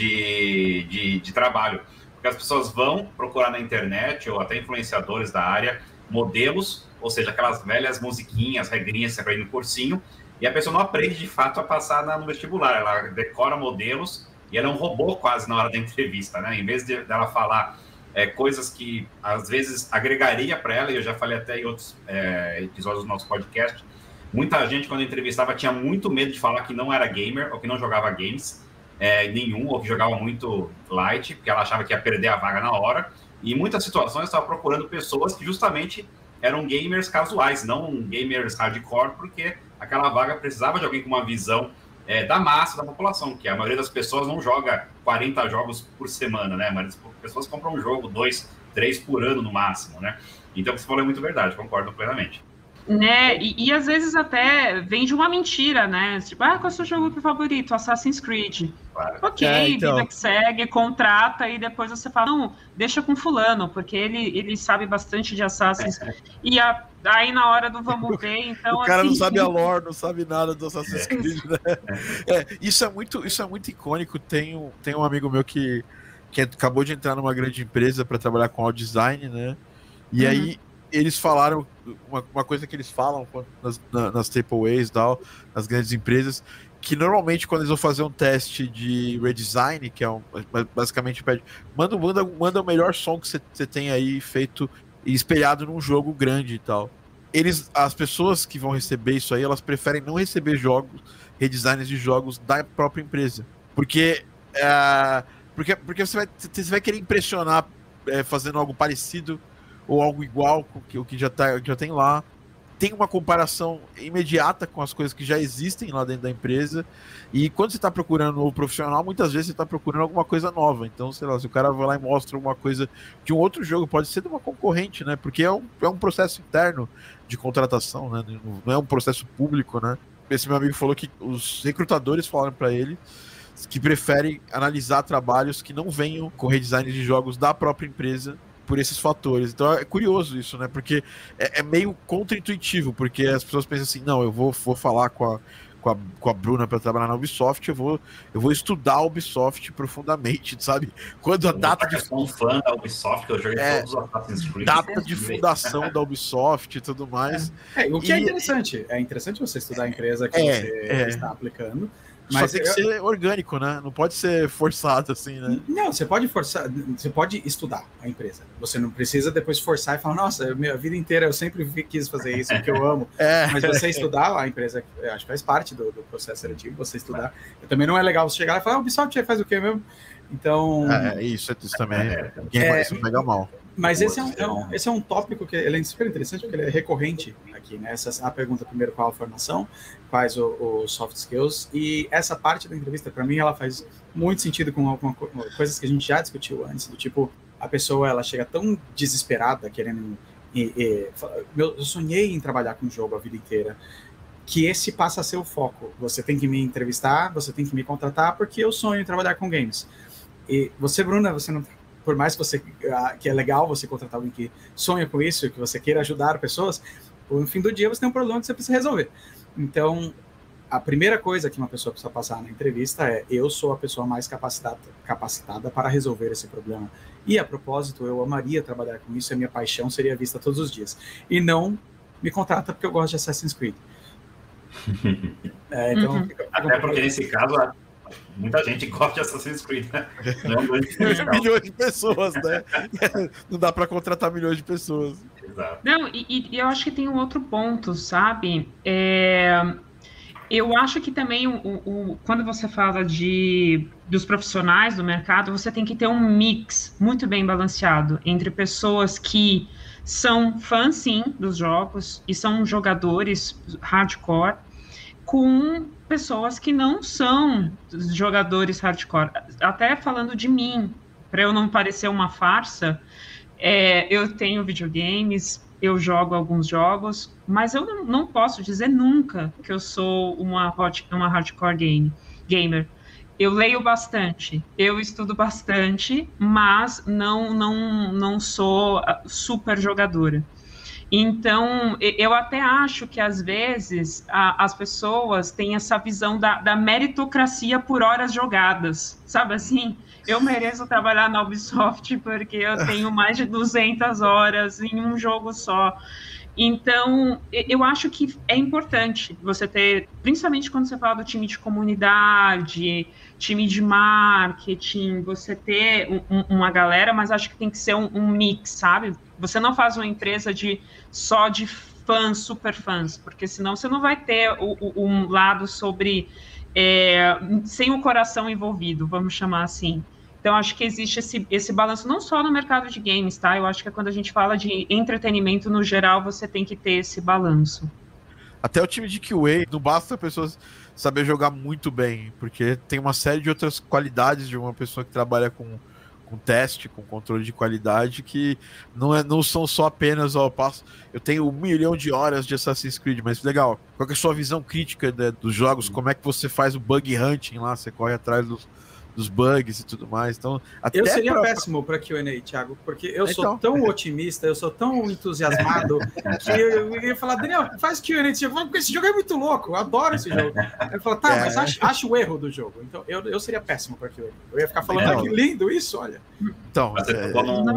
de, de, de trabalho. Porque as pessoas vão procurar na internet, ou até influenciadores da área, modelos, ou seja, aquelas velhas musiquinhas, regrinhas para ir no cursinho, e a pessoa não aprende de fato a passar no vestibular, ela decora modelos, e ela é um robô quase na hora da entrevista, né? Em vez de dela falar é, coisas que às vezes agregaria para ela, e eu já falei até em outros é, episódios do nosso podcast, muita gente, quando entrevistava, tinha muito medo de falar que não era gamer ou que não jogava games é, nenhum, ou que jogava muito light, porque ela achava que ia perder a vaga na hora. E em muitas situações estava procurando pessoas que justamente eram gamers casuais, não gamers hardcore, porque aquela vaga precisava de alguém com uma visão é, da massa da população, que a maioria das pessoas não joga quarenta jogos por semana, né? Mas as pessoas compram um jogo, dois, três por ano no máximo, né? Então, o que você falou é muito verdade, concordo plenamente. Né, e, e às vezes até vem de uma mentira, né? Tipo, ah, qual é o seu jogo favorito? Assassin's Creed. Claro. Ok, é, então... vida que segue, contrata, e depois você fala, não, deixa com fulano, porque ele, ele sabe bastante de Assassin's. E a, aí na hora do vamos ver, então... O cara assim... não sabe a lore, não sabe nada do Assassin's Creed, né? É, isso, é muito, isso é muito icônico. Tem um, tem um amigo meu que, que acabou de entrar numa grande empresa para trabalhar com audio design, né? E uhum. aí eles falaram, uma, uma coisa que eles falam nas, nas Triple A's e tal, nas grandes empresas, que normalmente quando eles vão fazer um teste de redesign, que é um, basicamente pede, manda, manda, manda o melhor som que você tem aí feito e espelhado num jogo grande e tal. Eles, as pessoas que vão receber isso aí, elas preferem não receber jogos, redesigns de jogos da própria empresa. Porque, é, porque, porque você, vai, você vai querer impressionar é, fazendo algo parecido ou algo igual com o que já, tá, já tem lá. Tem uma comparação imediata com as coisas que já existem lá dentro da empresa, e quando você está procurando o profissional, muitas vezes você está procurando alguma coisa nova. Então, sei lá, se o cara vai lá e mostra alguma coisa de um outro jogo, pode ser de uma concorrente, né? Porque é um, é um processo interno de contratação, né? Não é um processo público, né? Esse meu amigo falou que os recrutadores falaram para ele que preferem analisar trabalhos que não venham com redesign de jogos da própria empresa, por esses fatores. Então é curioso isso, né? Porque é, é meio contra-intuitivo, porque as pessoas pensam assim, não, eu vou, vou falar com a, com a, com a Bruna para trabalhar na Ubisoft, eu vou, eu vou estudar a Ubisoft profundamente, sabe? Quando a eu data de... Eu sou um fã da Ubisoft, que eu joguei é, todos os Assassin's Creed. Data de fundação da Ubisoft e tudo mais. É, é, o que e... é interessante. É interessante você estudar a empresa que é, você é. está aplicando. Mas Só tem eu... que ser orgânico, né? Não pode ser forçado assim, né? Não, você pode forçar, você pode estudar a empresa. Você não precisa depois forçar e falar, nossa, minha vida inteira eu sempre quis fazer isso, porque eu amo. É. Mas você estudar a empresa, acho que faz parte do, do processo seletivo, você estudar. É. Também não é legal você chegar lá e falar, ah, o Ubisoft faz o quê mesmo? Então... É, isso, isso também é, é, isso pega mal. Mas esse é, um, é um, esse é um tópico que ele é super interessante, porque ele é recorrente aqui, né? Essa, a pergunta primeiro, qual a formação, quais os soft skills, e essa parte da entrevista, para mim, ela faz muito sentido com, com, com coisas que a gente já discutiu antes, do tipo, a pessoa, ela chega tão desesperada, querendo... E, e, eu sonhei em trabalhar com jogo a vida inteira, que esse passa a ser o foco. Você tem que me entrevistar, você tem que me contratar, porque eu sonho em trabalhar com games. E você, Bruna, você não... Por mais que você que é legal você contratar alguém que sonha com isso, que você queira ajudar pessoas, no fim do dia você tem um problema que você precisa resolver. Então, a primeira coisa que uma pessoa precisa passar na entrevista é: eu sou a pessoa mais capacitada, capacitada para resolver esse problema. E, a propósito, eu amaria trabalhar com isso, a minha paixão seria vista todos os dias. E não me contrata porque eu gosto de Assassin's Creed. É, então, uhum. fica, fica Até porque, um nesse caso... Muita gente gosta de Assassin's Creed, né? Não, milhões de pessoas, né? Não dá para contratar milhões de pessoas. Exato. Não, e, e eu acho que tem um outro ponto, sabe? É, eu acho que também o, o, quando você fala de, dos profissionais do mercado, você tem que ter um mix muito bem balanceado entre pessoas que são fãs, sim, dos jogos e são jogadores hardcore, com pessoas que não são jogadores hardcore. Até falando de mim, para eu não parecer uma farsa, é, eu tenho videogames, eu jogo alguns jogos, mas eu não, não posso dizer nunca que eu sou uma, hot, uma hardcore game, gamer. Eu leio bastante, eu estudo bastante, mas não, não, não sou super jogadora. Então, eu até acho que, às vezes, a, as pessoas têm essa visão da, da meritocracia por horas jogadas, sabe assim? Eu mereço trabalhar na Ubisoft porque eu tenho mais de duzentas horas em um jogo só. Então, eu acho que é importante você ter, principalmente quando você fala do time de comunidade, time de marketing, você ter um, uma galera, mas acho que tem que ser um, um mix, sabe? Você não faz uma empresa de, só de fãs, super fãs, porque senão você não vai ter o, o, um lado sobre, é, sem o coração envolvido, vamos chamar assim. Então, acho que existe esse, esse balanço, não só no mercado de games, tá? Eu acho que quando a gente fala de entretenimento, no geral, você tem que ter esse balanço. Até o time de Q A, não basta a pessoa saber jogar muito bem, porque tem uma série de outras qualidades de uma pessoa que trabalha com, com teste, com controle de qualidade, que não, é, não são só apenas, ó, eu, passo, eu tenho um milhão de horas de Assassin's Creed, mas legal, qual que é a sua visão crítica, né, dos jogos? Como é que você faz o bug hunting lá, você corre atrás dos dos bugs e tudo mais. Então, até eu seria pra... péssimo para Q and A, Thiago, porque eu então, sou tão otimista, eu sou tão entusiasmado que eu ia falar, Daniel, faz Q and A desse jogo, porque esse jogo é muito louco, eu adoro esse jogo. Ele falou, tá, é. mas acho, acho o erro do jogo. Então, eu, eu seria péssimo para Q and A. Eu ia ficar falando, é. ah, que lindo isso, olha. Então, mas é... tocou num...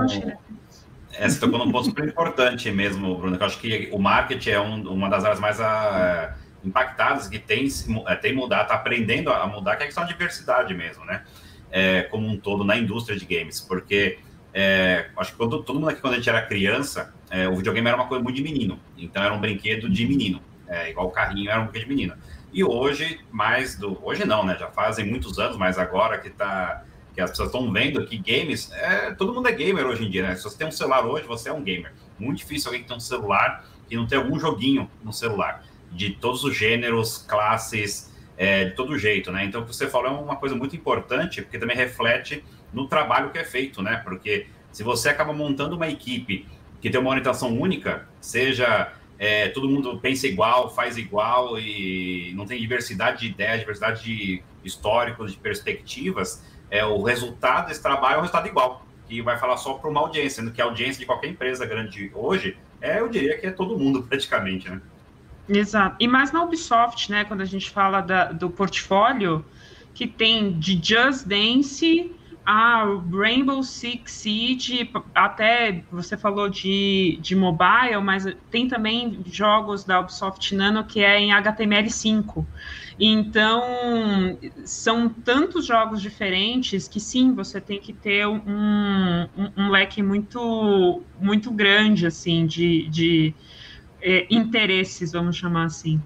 é, você tocou num ponto super importante mesmo, Bruno, que eu acho que o marketing é um, uma das áreas mais a... impactadas, que tem, tem mudado, está aprendendo a mudar, que é a questão da diversidade mesmo, né? É, como um todo na indústria de games, porque é, acho que todo, todo mundo aqui, quando a gente era criança, é, o videogame era uma coisa muito de menino, então era um brinquedo de menino, é, igual o carrinho era um brinquedo de menina. E hoje, mais do... Hoje não, né? Já fazem muitos anos, mas agora que, tá, que as pessoas estão vendo que games... É, todo mundo é gamer hoje em dia, né? Se você tem um celular hoje, você é um gamer. Muito difícil alguém que tem um celular e não tem algum joguinho no celular. De todos os gêneros, classes, é, de todo jeito, né? Então, o que você falou é uma coisa muito importante, porque também reflete no trabalho que é feito, né? Porque se você acaba montando uma equipe que tem uma orientação única, seja é, todo mundo pensa igual, faz igual e não tem diversidade de ideias, diversidade de históricos, de perspectivas, é, o resultado desse trabalho é um resultado igual, que vai falar só para uma audiência, sendo que a audiência de qualquer empresa grande hoje, é, eu diria que é todo mundo praticamente, né? Exato. E mais na Ubisoft, né, quando a gente fala da, do portfólio, que tem de Just Dance a Rainbow Six Siege, até você falou de, de mobile, mas tem também jogos da Ubisoft Nano que é em H T M L cinco. Então, são tantos jogos diferentes que sim, você tem que ter um, um, um leque muito, muito grande, assim, de... de É, interesses, vamos chamar assim.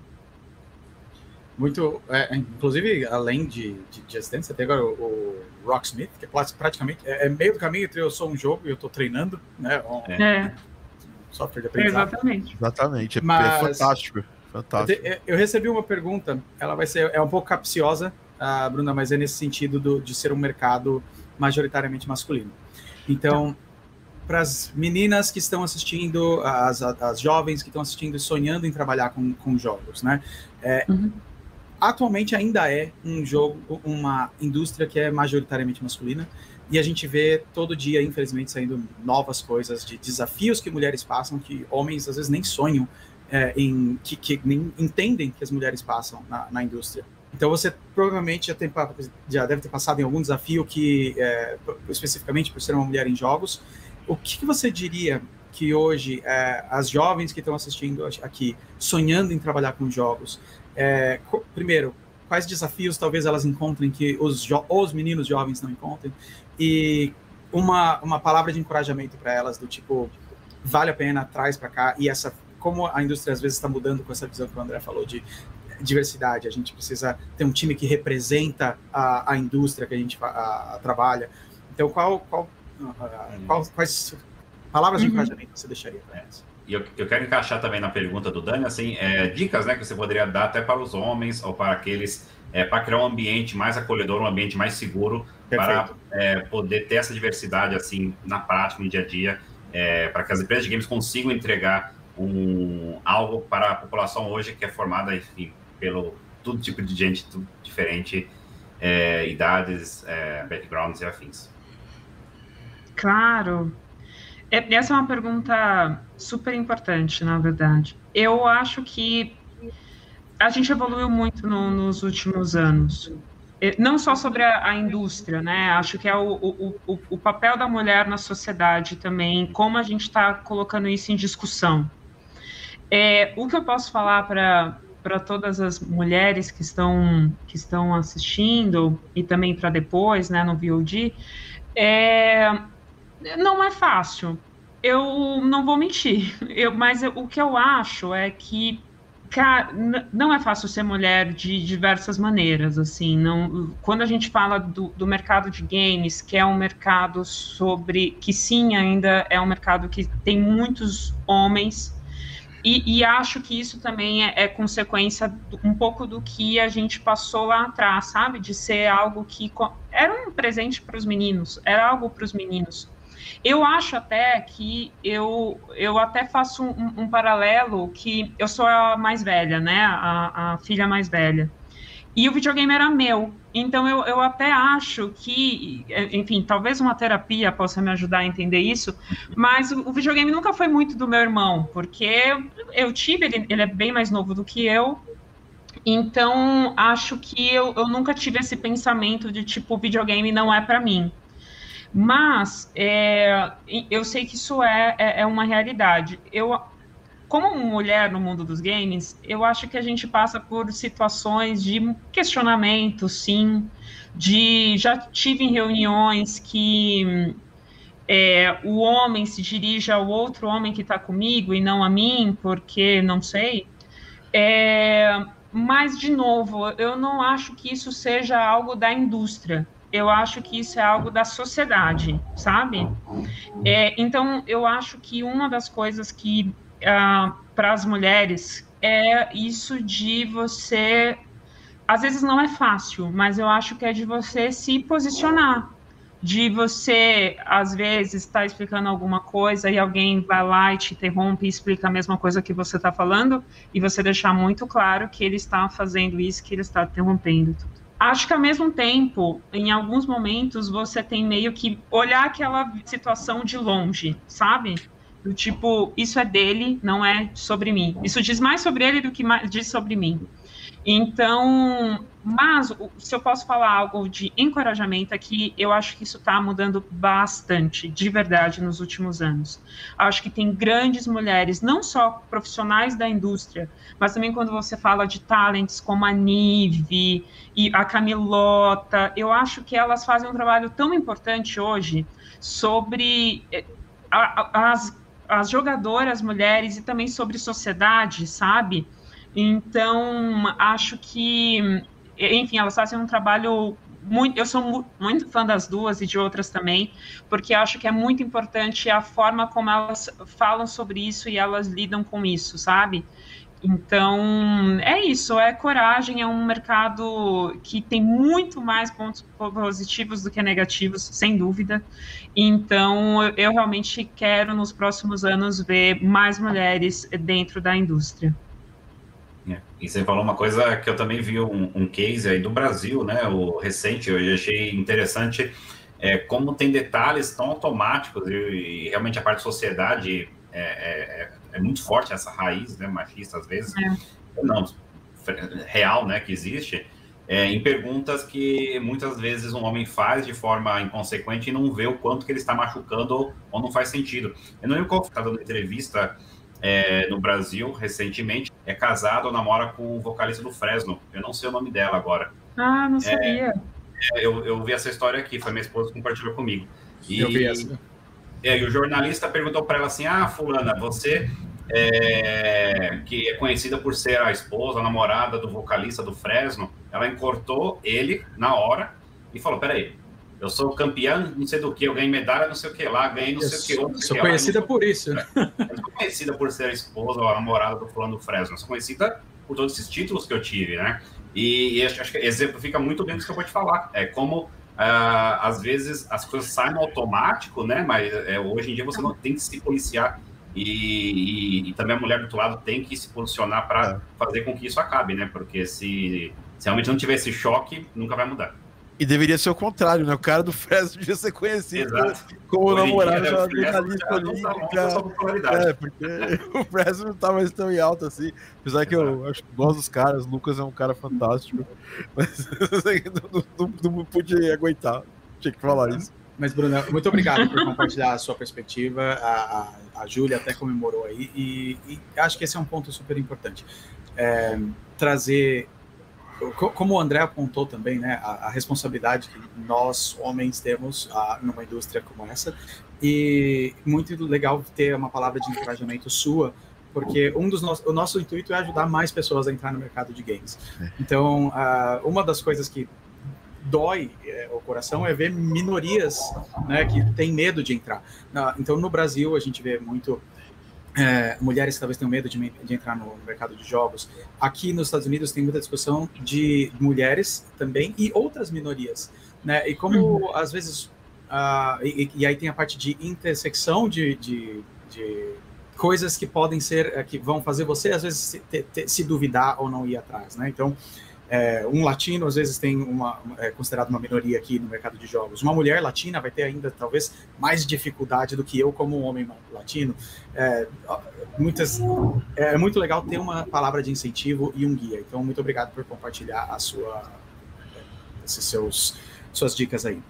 Muito, é, inclusive, além de, de Just Dance, você tem agora o, o Rocksmith, que é praticamente é, é meio do caminho entre eu sou um jogo e eu estou treinando, né? Um, é. um software de aprendizado. Exatamente. Exatamente, é, Mas, é fantástico. fantástico. Eu, te, eu recebi uma pergunta, ela vai ser é um pouco capciosa, uh, Bruna, mas é nesse sentido do, de ser um mercado majoritariamente masculino. Então, para as meninas que estão assistindo, as, as jovens que estão assistindo e sonhando em trabalhar com, com jogos, né? É, uhum. Atualmente ainda é um jogo, uma indústria que é majoritariamente masculina, e a gente vê todo dia, infelizmente, saindo novas coisas de desafios que mulheres passam, que homens às vezes nem sonham, é, em, que, que nem entendem que as mulheres passam na, na indústria. Então você provavelmente já, tem, já deve ter passado em algum desafio que, é, especificamente por ser uma mulher em jogos. O que, que você diria que hoje é, as jovens que estão assistindo aqui, sonhando em trabalhar com jogos, é, co- primeiro, quais desafios talvez elas encontrem que os, jo- os meninos jovens não encontrem, e uma, uma palavra de encorajamento para elas, do tipo, vale a pena, traz para cá, e essa, como a indústria às vezes está mudando com essa visão que o André falou de diversidade, a gente precisa ter um time que representa a, a indústria que a gente a, a, trabalha. Então, qual... qual Uh, quais, quais palavras de uhum. encorajamento você deixaria para elas? e eu, eu quero encaixar também na pergunta do Dani, assim, é, dicas, né, que você poderia dar até para os homens ou para aqueles, é, para criar um ambiente mais acolhedor, um ambiente mais seguro, Perfeito. para é, poder ter essa diversidade, assim, na prática, no dia a dia, é, para que as empresas de games consigam entregar um, algo para a população hoje que é formada, enfim, pelo todo tipo de gente, tudo diferente, é, idades, é, backgrounds e afins. Claro. Essa é uma pergunta super importante, na verdade. Eu acho que a gente evoluiu muito no, nos últimos anos. Não só sobre a, a indústria, né? Acho que é o, o, o, o papel da mulher na sociedade também, como a gente está colocando isso em discussão. É, o que eu posso falar para para todas as mulheres que estão, que estão assistindo, e também para depois, né, no V O D, é... não é fácil, eu não vou mentir, eu, mas eu, o que eu acho é que cara, não é fácil ser mulher de diversas maneiras, assim, não, quando a gente fala do, do mercado de games, que é um mercado sobre, que sim, ainda é um mercado que tem muitos homens, e, e acho que isso também é, é consequência do, um pouco do que a gente passou lá atrás, sabe, de ser algo que era um presente para os meninos, era algo para os meninos. Eu acho até que eu, eu até faço um, um paralelo que eu sou a mais velha, né, a, a filha mais velha, e o videogame era meu, então eu, eu até acho que, enfim, talvez uma terapia possa me ajudar a entender isso, mas o, o videogame nunca foi muito do meu irmão, porque eu tive, ele, ele é bem mais novo do que eu, então acho que eu, eu nunca tive esse pensamento de tipo, o videogame não é para mim. Mas é, eu sei que isso é, é, é uma realidade. Eu, como mulher no mundo dos games, eu acho que a gente passa por situações de questionamento, sim. De, já tive em reuniões que é, o homem se dirige ao outro homem que está comigo e não a mim, porque não sei. É, mas, de novo, eu não acho que isso seja algo da indústria. Eu acho que isso é algo da sociedade, sabe? É, então, eu acho que uma das coisas que, uh, para as mulheres, é isso de você... Às vezes não é fácil, mas eu acho que é de você se posicionar. De você, às vezes, estar tá explicando alguma coisa e alguém vai lá e te interrompe e explica a mesma coisa que você está falando, e você deixar muito claro que ele está fazendo isso, que ele está interrompendo tudo. Acho que, ao mesmo tempo, em alguns momentos, você tem meio que olhar aquela situação de longe, sabe? Do tipo, isso é dele, não é sobre mim. Isso diz mais sobre ele do que diz sobre mim. Então, mas se eu posso falar algo de encorajamento aqui, eu acho que isso está mudando bastante, de verdade, nos últimos anos. Acho que tem grandes mulheres, não só profissionais da indústria, mas também quando você fala de talents como a Nive e a Camilota, eu acho que elas fazem um trabalho tão importante hoje sobre a, a, as, as jogadoras mulheres e também sobre sociedade, sabe? Então, acho que, enfim, elas fazem um trabalho muito... Eu sou mu muito fã das duas e de outras também, porque acho que é muito importante a forma como elas falam sobre isso e elas lidam com isso, sabe? Então, é isso, é coragem, é um mercado que tem muito mais pontos positivos do que negativos, sem dúvida. Então, eu realmente quero, nos próximos anos, ver mais mulheres dentro da indústria. E você falou uma coisa que eu também vi um, um case aí do Brasil, né, o recente, eu achei interessante é, como tem detalhes tão automáticos e, e realmente a parte da sociedade é, é, é muito forte, essa raiz, né, machista às vezes, é. não, real, né, que existe, é, em perguntas que muitas vezes um homem faz de forma inconsequente e não vê o quanto que ele está machucando ou, ou não faz sentido. Eu não lembro qual foi, dando entrevista É, no Brasil, recentemente, é casado ou namora com o vocalista do Fresno. Eu não sei o nome dela agora. Ah, não sabia. É, eu, eu vi essa história aqui, foi minha esposa que compartilhou comigo. E, eu vi essa. É, e o jornalista perguntou para ela assim, ah, fulana, você é, que é conhecida por ser a esposa, a namorada do vocalista do Fresno, ela encortou ele na hora e falou, peraí, eu sou campeã, não sei do que, eu ganhei medalha, não sei o que lá, ganhei não sei o que outro. Eu sou conhecida por isso. Eu não sou conhecida por ser a esposa ou a namorada do fulano do Fresno, eu sou conhecida por todos esses títulos que eu tive, né? E, e acho que exemplifica muito bem o que eu vou te falar. É como, uh, às vezes, as coisas saem no automático, né? Mas é, hoje em dia você não tem que se policiar. E, e, e também a mulher do outro lado tem que se posicionar para é. fazer com que isso acabe, né? Porque se, se realmente não tiver esse choque, nunca vai mudar. E deveria ser o contrário, né? O cara do Fresno devia ser conhecido Exato. como Hoje namorado dia, da né, jornalista olímpica. É, porque o Fresno não tá mais tão em alta assim. Apesar que eu acho que gosto dos caras, o Lucas é um cara fantástico. Mas não, não, não pude aguentar. Tinha que falar isso. Mas, Bruno, muito obrigado por compartilhar a sua perspectiva. A, a, a Júlia até comemorou aí. E, e acho que esse é um ponto super importante. É, trazer... Como o André apontou também, né, a, a responsabilidade que nós, homens, temos a, numa indústria como essa, e muito legal ter uma palavra de encorajamento sua, porque um dos no, o nosso intuito é ajudar mais pessoas a entrar no mercado de games. Então, a, uma das coisas que dói é, o coração é ver minorias, né, que têm medo de entrar. Na, então, no Brasil, a gente vê muito... É, mulheres que talvez tenham medo de, de entrar no mercado de jogos. Aqui nos Estados Unidos tem muita discussão de mulheres também e outras minorias, né? E como uhum. às vezes uh, e, e aí tem a parte de intersecção de, de, de coisas que podem ser, que vão fazer você às vezes se, te, te, se duvidar ou não ir atrás, né? Então é, um latino às vezes tem uma é considerado uma minoria aqui no mercado de jogos. Uma mulher latina vai ter ainda talvez mais dificuldade do que eu como um homem latino. É, muitas, é muito legal ter uma palavra de incentivo e um guia. Então muito obrigado por compartilhar a sua, esses seus suas dicas aí.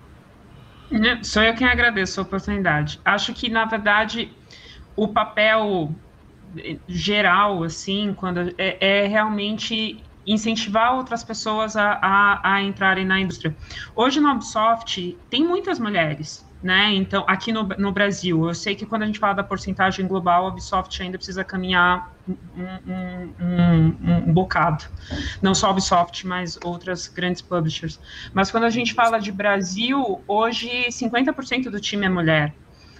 Sou eu quem agradeço a oportunidade. Acho que na verdade o papel geral assim quando é, é realmente incentivar outras pessoas a, a, a entrarem na indústria. Hoje na Ubisoft tem muitas mulheres, né? Então, aqui no, no Brasil, eu sei que quando a gente fala da porcentagem global, a Ubisoft ainda precisa caminhar um, um, um, um bocado. Não só a Ubisoft, mas outras grandes publishers. Mas quando a gente fala de Brasil, hoje cinquenta por cento do time é mulher.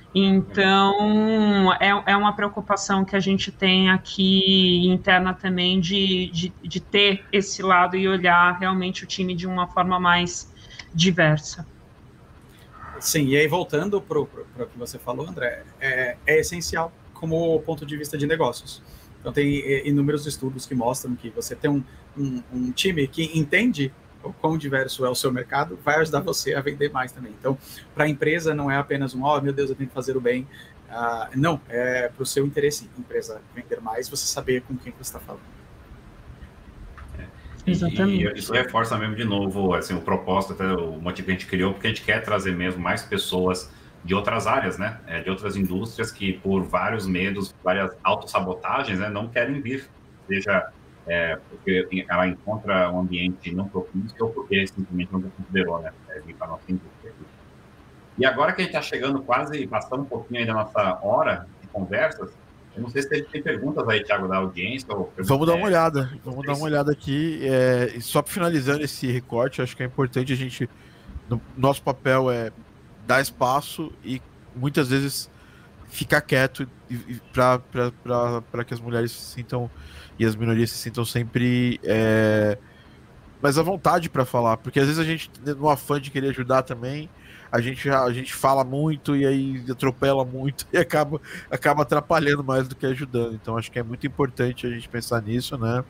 Então, é, é uma preocupação que a gente tem aqui interna também de, de, de ter esse lado e olhar realmente o time de uma forma mais diversa. Sim, e aí voltando para o que você falou, André, é, é essencial como ponto de vista de negócios. Então, tem inúmeros estudos que mostram que você ter um, um, um time que entende o quão diverso é o seu mercado, vai ajudar você a vender mais também. Então, para a empresa não é apenas um, oh, meu Deus, eu tenho que fazer o bem. Uh, não, é para o seu interesse, empresa vender mais, você saber com quem você está falando. É. Exatamente. E isso reforça mesmo de novo assim, o propósito, até o motivo que a gente criou, porque a gente quer trazer mesmo mais pessoas de outras áreas, né? É, de outras indústrias que por vários medos, várias autossabotagens, né, não querem vir, seja... É, porque ela encontra um ambiente não propício ou porque simplesmente não considerou, né, vir para a nossa indústria. E agora que a gente está chegando quase, passando um pouquinho aí da nossa hora de conversas, eu não sei se a gente tem perguntas aí, Thiago, da audiência. Ou vamos dar uma olhada, vamos dar uma olhada aqui. É, só finalizando esse recorte, acho que é importante a gente, no, nosso papel é dar espaço e muitas vezes ficar quieto para que as mulheres se sintam e as minorias se sintam sempre é, mais à vontade para falar, porque às vezes a gente, no afã de querer ajudar também, a gente, a gente fala muito e aí atropela muito e acaba, acaba atrapalhando mais do que ajudando. Então acho que é muito importante a gente pensar nisso, né?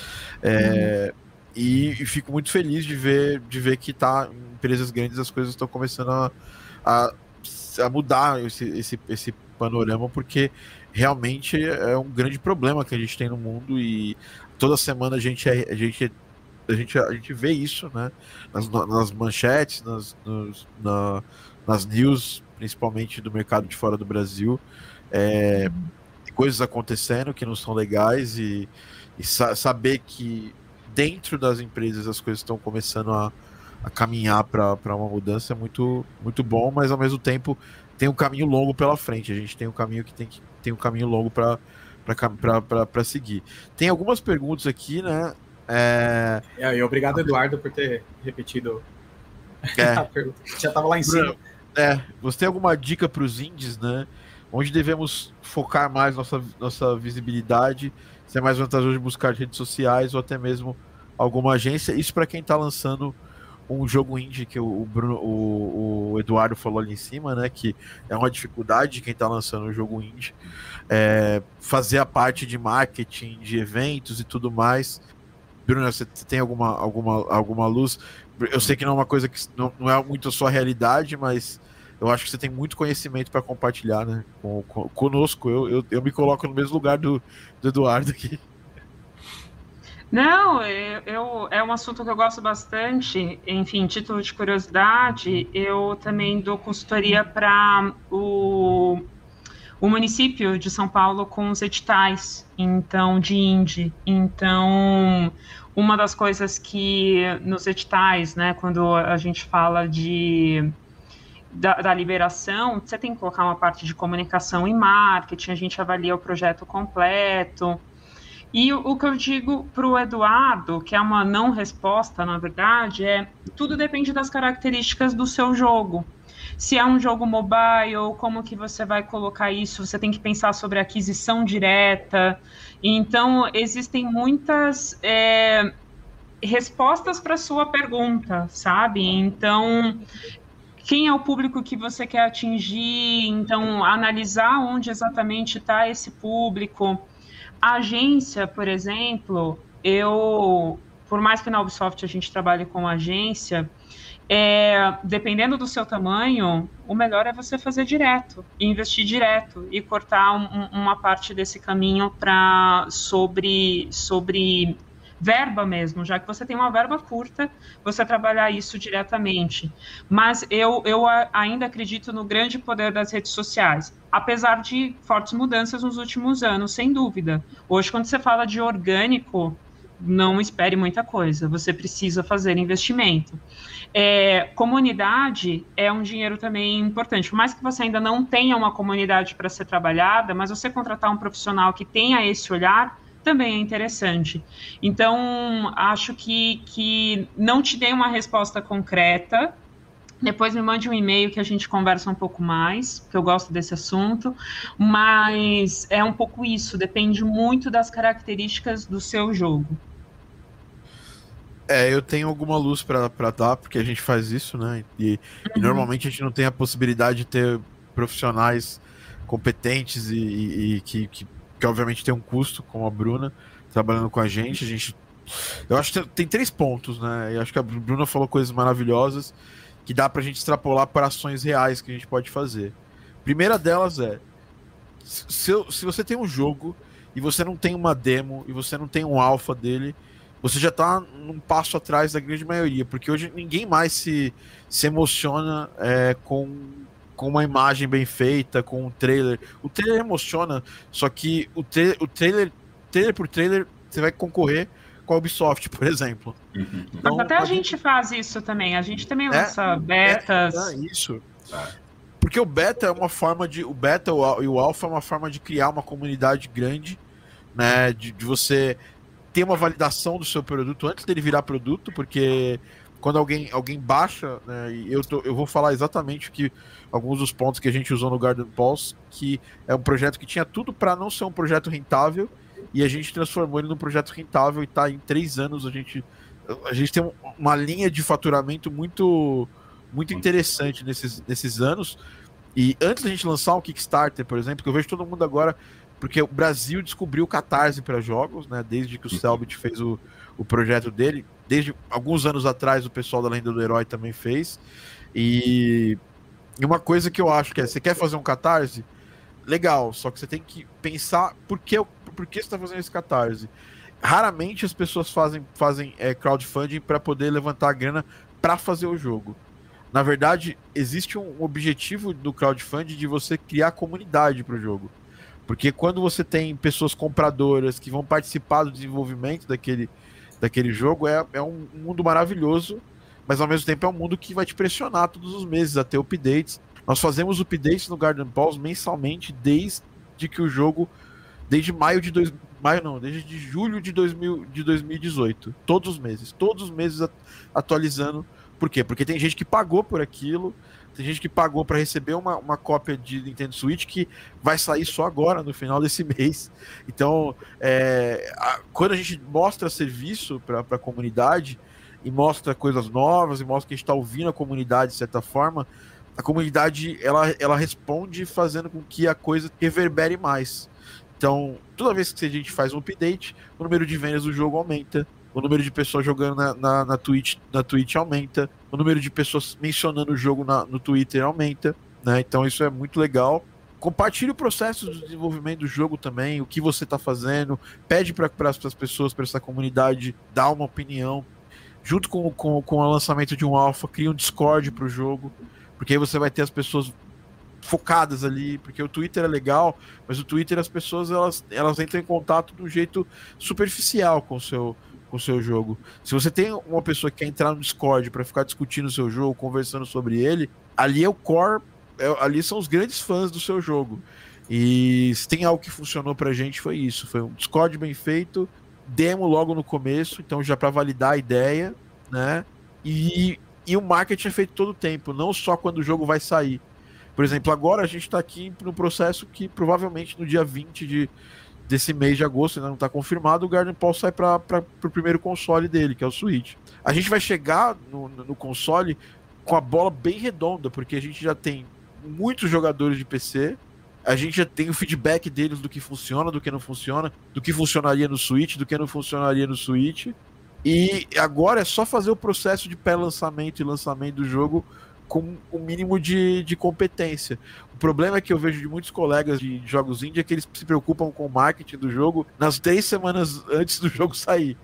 É, uhum. e, e fico muito feliz de ver, de ver que tá, em empresas grandes as coisas estão começando a, a, a mudar esse, esse, esse panorama, porque realmente é um grande problema que a gente tem no mundo e toda semana a gente, a gente, a gente, a gente vê isso, né? Nas, nas manchetes, nas, nos, na, nas news, principalmente do mercado de fora do Brasil, é, coisas acontecendo que não são legais e, e sa saber que dentro das empresas as coisas estão começando a, a caminhar para uma mudança é muito, muito bom, mas ao mesmo tempo tem um caminho longo pela frente. A gente tem um caminho que tem que tem um caminho longo para para seguir. Tem algumas perguntas aqui, né? É... É, e obrigado, Eduardo, por ter repetido É. Já tava lá em cima. É, você tem alguma dica para os indies, né? Onde devemos focar mais nossa, nossa visibilidade? Se é mais vantajoso buscar redes sociais ou até mesmo alguma agência? Isso para quem está lançando um jogo indie, que o, Bruno, o, o Eduardo falou ali em cima, né? Que é uma dificuldade de quem está lançando um jogo indie. É, fazer a parte de marketing, de eventos e tudo mais. Bruno, você tem alguma, alguma, alguma luz? Eu sei que não é uma coisa que não, não é muito a sua realidade, mas eu acho que você tem muito conhecimento para compartilhar, né? Com, com, conosco. Eu, eu, eu me coloco no mesmo lugar do, do Eduardo aqui. Não, eu, eu, é um assunto que eu gosto bastante. Enfim, título de curiosidade, eu também dou consultoria para o, o município de São Paulo com os editais, então, de indie. Então, uma das coisas que nos editais, né, quando a gente fala de Da, da liberação, você tem que colocar uma parte de comunicação e marketing, a gente avalia o projeto completo. E o, o que eu digo para o Eduardo, que é uma não resposta, na verdade, é tudo depende das características do seu jogo. Se é um jogo mobile, como que você vai colocar isso? Você tem que pensar sobre aquisição direta. Então, existem muitas é, respostas para a sua pergunta, sabe? Então, quem é o público que você quer atingir? Então, analisar onde exatamente está esse público. A agência, por exemplo, eu, por mais que na Ubisoft a gente trabalhe com agência, é, dependendo do seu tamanho, o melhor é você fazer direto, investir direto e cortar um, uma parte desse caminho para sobre, sobre verba mesmo, já que você tem uma verba curta, você trabalhar isso diretamente. Mas eu, eu ainda acredito no grande poder das redes sociais, apesar de fortes mudanças nos últimos anos, sem dúvida. Hoje, quando você fala de orgânico, não espere muita coisa, você precisa fazer investimento. É, comunidade é um dinheiro também importante, por mais que você ainda não tenha uma comunidade para ser trabalhada, mas você contratar um profissional que tenha esse olhar, também é interessante. Então, acho que, que não te dei uma resposta concreta. Depois me mande um e-mail que a gente conversa um pouco mais, porque eu gosto desse assunto. Mas é um pouco isso, depende muito das características do seu jogo. É, eu tenho alguma luz para dar, porque a gente faz isso, né? E, uhum. e normalmente a gente não tem a possibilidade de ter profissionais competentes e, e, e que, que que obviamente tem um custo, como a Bruna, trabalhando com a gente. A gente eu acho que tem, tem três pontos, né? Eu acho que a Bruna falou coisas maravilhosas que dá pra gente extrapolar para ações reais que a gente pode fazer. Primeira delas é, se, se você tem um jogo e você não tem uma demo e você não tem um alpha dele, você já tá num passo atrás da grande maioria, porque hoje ninguém mais se, se emociona é, com com uma imagem bem feita, com um trailer. O trailer emociona, só que o, tra o trailer, trailer por trailer, você vai concorrer com a Ubisoft, por exemplo. Uhum. Então, mas até a gente faz isso também, a gente também lança é, betas. É, é isso. Porque o beta é uma forma de... O beta e o alpha é uma forma de criar uma comunidade grande, né, de, de você ter uma validação do seu produto antes dele virar produto, porque quando alguém, alguém baixa, né, e eu, tô, eu vou falar exatamente o que alguns dos pontos que a gente usou no Garden Pulse, que é um projeto que tinha tudo para não ser um projeto rentável, e a gente transformou ele num projeto rentável, e tá em três anos, a gente, a gente tem uma linha de faturamento muito, muito interessante nesses, nesses anos. E antes da gente lançar um Kickstarter, por exemplo, que eu vejo todo mundo agora, porque o Brasil descobriu o Catarse para jogos, né, desde que o Selbit fez o, o projeto dele, desde alguns anos atrás o pessoal da Lenda do Herói também fez, e E uma coisa que eu acho que é, você quer fazer um Catarse? Legal, só que você tem que pensar por que, por que você está fazendo esse Catarse. Raramente as pessoas fazem, fazem é, crowdfunding para poder levantar a grana para fazer o jogo. Na verdade, existe um objetivo do crowdfunding de você criar comunidade para o jogo. Porque quando você tem pessoas compradoras que vão participar do desenvolvimento daquele, daquele jogo, é, é um mundo maravilhoso, mas ao mesmo tempo é um mundo que vai te pressionar todos os meses a ter updates. Nós fazemos updates no Garden Pulse mensalmente desde que o jogo, desde maio de dois, maio não, desde julho de, dois mil, de dois mil e dezoito, todos os meses, todos os meses atualizando, Por quê? Porque tem gente que pagou por aquilo, tem gente que pagou para receber uma, uma cópia de Nintendo Switch que vai sair só agora, no final desse mês. Então, é, a, quando a gente mostra serviço para a comunidade e mostra coisas novas e mostra que a gente está ouvindo a comunidade de certa forma, a comunidade ela, ela responde fazendo com que a coisa reverbere mais. Então, toda vez que a gente faz um update, o número de vendas do jogo aumenta, o número de pessoas jogando na, na, na, Twitch, na Twitch aumenta, o número de pessoas mencionando o jogo na, no Twitter aumenta, né? Então isso é muito legal. Compartilhe o processo de desenvolvimento do jogo também, o que você está fazendo, pede para as pessoas, para essa comunidade, dar uma opinião. Junto com, com, com o lançamento de um alpha, cria um Discord para o jogo, porque aí você vai ter as pessoas focadas ali, porque o Twitter é legal, mas o Twitter as pessoas elas, elas entram em contato de um jeito superficial com o seu com o seu jogo. Se você tem uma pessoa que quer entrar no Discord para ficar discutindo o seu jogo, conversando sobre ele, ali é o core, é, ali são os grandes fãs do seu jogo. E se tem algo que funcionou pra gente foi isso, foi um Discord bem feito, demo logo no começo, então já para validar a ideia, né? E, e o marketing é feito todo o tempo, não só quando o jogo vai sair. Por exemplo, agora a gente está aqui no processo que provavelmente no dia vinte de desse mês de agosto, ainda não está confirmado, o Garden Paul sai para o primeiro console dele, que é o Switch. A gente vai chegar no, no console com a bola bem redonda, porque a gente já tem muitos jogadores de P C, a gente já tem o feedback deles do que funciona, do que não funciona, do que funcionaria no Switch, do que não funcionaria no Switch, e agora é só fazer o processo de pré-lançamento e lançamento do jogo com o mínimo de, de competência. O problema é que eu vejo de muitos colegas de jogos indie é que eles se preocupam com o marketing do jogo nas três semanas antes do jogo sair.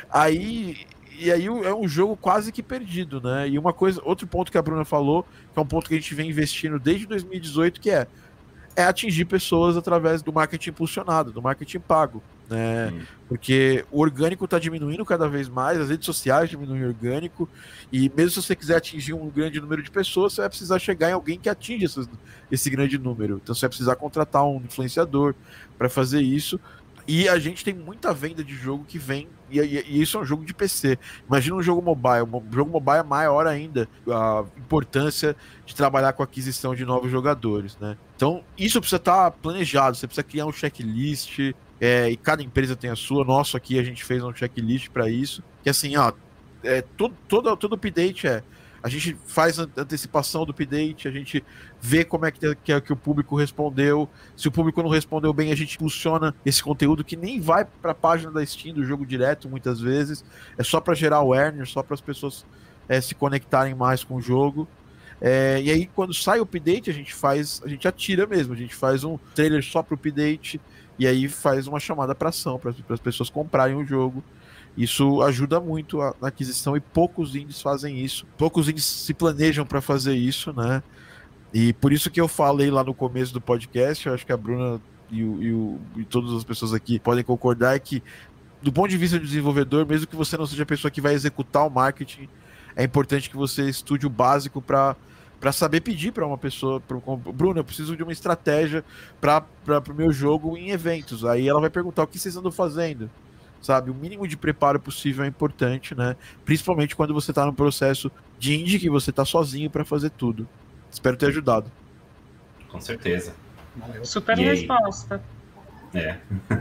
Aí, e aí é um jogo quase que perdido, né? E uma coisa, outro ponto que a Bruna falou, que é um ponto que a gente vem investindo desde dois mil e dezoito, que é, é atingir pessoas através do marketing impulsionado, do marketing pago, né? Hum. Porque o orgânico está diminuindo cada vez mais, as redes sociais diminuem o orgânico, e mesmo se você quiser atingir um grande número de pessoas, você vai precisar chegar em alguém que atinja esse, esse grande número. Então você vai precisar contratar um influenciador para fazer isso. E a gente tem muita venda de jogo que vem, e, e, e isso é um jogo de P C. Imagina um jogo mobile, um jogo mobile é maior ainda a importância de trabalhar com a aquisição de novos jogadores, né? Então isso precisa estar planejado, você precisa criar um checklist, é, e cada empresa tem a sua. Nosso aqui a gente fez um checklist para isso, que assim, ó, é, todo, todo, todo update é a gente faz a antecipação do update, a gente vê como é que, que, que o público respondeu. Se o público não respondeu bem, a gente impulsiona esse conteúdo que nem vai para a página da Steam do jogo direto, muitas vezes. É só para gerar awareness, só para as pessoas é, se conectarem mais com o jogo. É, e aí, quando sai o update, a gente faz, a gente atira mesmo, a gente faz um trailer só para o update e aí faz uma chamada para ação, para as pessoas comprarem o jogo. Isso ajuda muito a, na aquisição, e poucos indies fazem isso. Poucos indies se planejam para fazer isso, né? E por isso que eu falei lá no começo do podcast, eu acho que a Bruna e, o, e, o, e todas as pessoas aqui podem concordar, é que, do ponto de vista do desenvolvedor, mesmo que você não seja a pessoa que vai executar o marketing, é importante que você estude o básico para para saber pedir para uma pessoa, pra, Bruna, eu preciso de uma estratégia para o meu jogo em eventos. Aí ela vai perguntar: o que vocês andam fazendo? Sabe, o mínimo de preparo possível é importante, né? Principalmente quando você está no processo de indie, que você está sozinho para fazer tudo. Espero ter ajudado. Com certeza. Super resposta. É.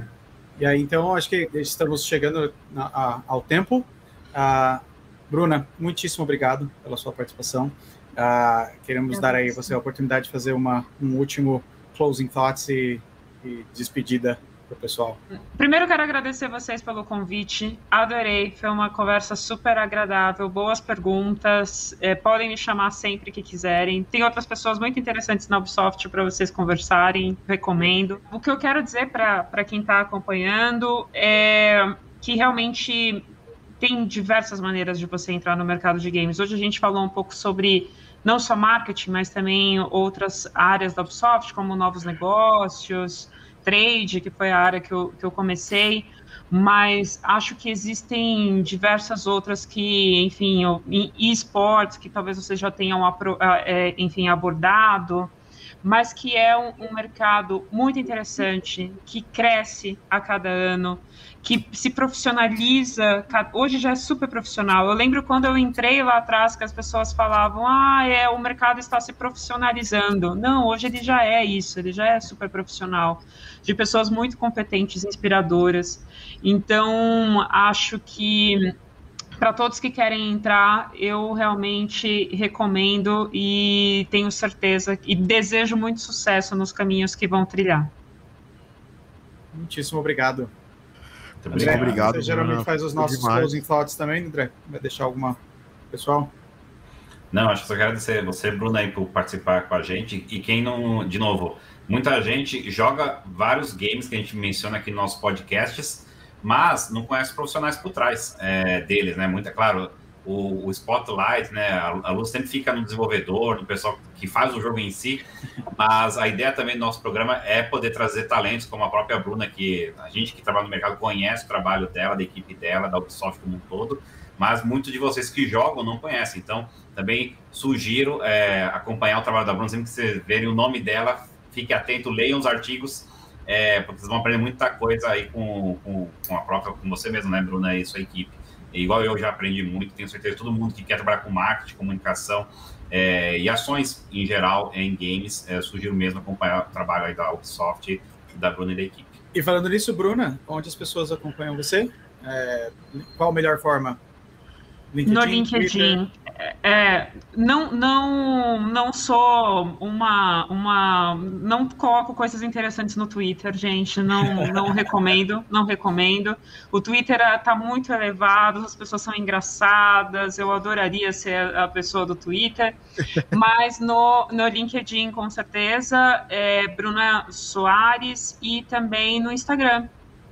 E aí, então, acho que estamos chegando na, a, ao tempo. Uh, Bruna, muitíssimo obrigado pela sua participação. Uh, queremos Eu dar aí você a oportunidade de fazer uma, um último closing thoughts e, e despedida pro pessoal. Primeiro, quero agradecer vocês pelo convite. Adorei, foi uma conversa super agradável, boas perguntas. É, podem me chamar sempre que quiserem. Tem outras pessoas muito interessantes na Ubisoft para vocês conversarem, recomendo. O que eu quero dizer para quem está acompanhando é que realmente tem diversas maneiras de você entrar no mercado de games. Hoje a gente falou um pouco sobre não só marketing, mas também outras áreas da Ubisoft, como novos negócios, trade, que foi a área que eu, que eu comecei, mas acho que existem diversas outras que, enfim, e-sports, que talvez vocês já tenham, enfim, abordado, mas que é um, um mercado muito interessante, que cresce a cada ano, que se profissionaliza, hoje já é super profissional. Eu lembro quando eu entrei lá atrás que as pessoas falavam, ah, é, o mercado está se profissionalizando. Não, hoje ele já é isso, ele já é super profissional, de pessoas muito competentes, inspiradoras. Então, acho que para todos que querem entrar, eu realmente recomendo e tenho certeza e desejo muito sucesso nos caminhos que vão trilhar. Muitíssimo obrigado. Muito André, obrigado. Você geralmente faz os nossos demais. Closing thoughts também, André? Vai deixar alguma, pessoal? Não, acho que só quero agradecer você, Bruno, aí, por participar com a gente. E quem não, de novo, muita gente joga vários games que a gente menciona aqui nos nossos podcasts, mas não conhece profissionais por trás é, deles, né? Muito, é claro, o, o spotlight, né? A, a luz sempre fica no desenvolvedor, no pessoal que faz o jogo em si, mas a ideia também do nosso programa é poder trazer talentos como a própria Bruna, que a gente que trabalha no mercado conhece o trabalho dela, da equipe dela, da Ubisoft como um todo, mas muitos de vocês que jogam não conhecem, então também sugiro é, acompanhar o trabalho da Bruna, sempre que vocês verem o nome dela, fique atento, leiam os artigos, É, porque vocês vão aprender muita coisa aí com, com, com a própria, com você mesmo, né, Bruna, e sua equipe. E igual eu já aprendi muito, tenho certeza que todo mundo que quer trabalhar com marketing, comunicação é, e ações em geral em games, é, sugiro mesmo acompanhar o trabalho aí da Ubisoft, da Bruna e da equipe. E falando nisso, Bruna, onde as pessoas acompanham você? É, qual a melhor forma? LinkedIn, no LinkedIn. É, não, não, não sou uma, uma... Não coloco coisas interessantes no Twitter, gente. Não, não recomendo, não recomendo. O Twitter está muito elevado, as pessoas são engraçadas, eu adoraria ser a pessoa do Twitter. Mas no, no LinkedIn, com certeza, é Bruna Soares e também no Instagram,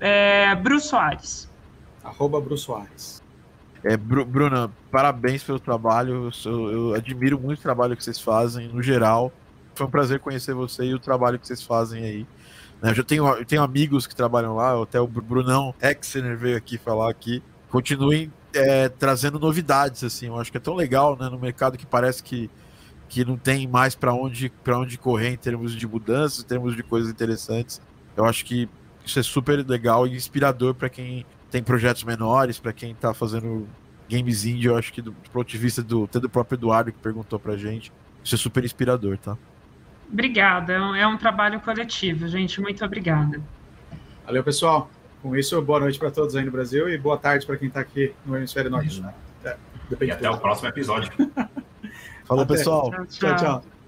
é Bru Soares. Arroba Bru Soares. É, Bruna, parabéns pelo trabalho, eu, eu admiro muito o trabalho que vocês fazem, no geral. Foi um prazer conhecer você e o trabalho que vocês fazem aí. Eu já tenho, eu tenho amigos que trabalham lá, até o Brunão Exener veio aqui falar aqui. Continuem é, trazendo novidades, assim, eu acho que é tão legal, né, no mercado que parece que, que não tem mais para onde, para onde correr em termos de mudanças, em termos de coisas interessantes. Eu acho que isso é super legal e inspirador para quem tem projetos menores, para quem tá fazendo games indie. Eu acho que do, do ponto de vista do, até do próprio Eduardo que perguntou pra gente, isso é super inspirador, tá? Obrigada, é um trabalho coletivo, gente, muito obrigada. Valeu, pessoal. Com isso, boa noite para todos aí no Brasil e boa tarde para quem tá aqui no Hemisfério Norte. É, e até o próximo episódio. Falou, até. pessoal. Tchau, tchau. Tchau, tchau.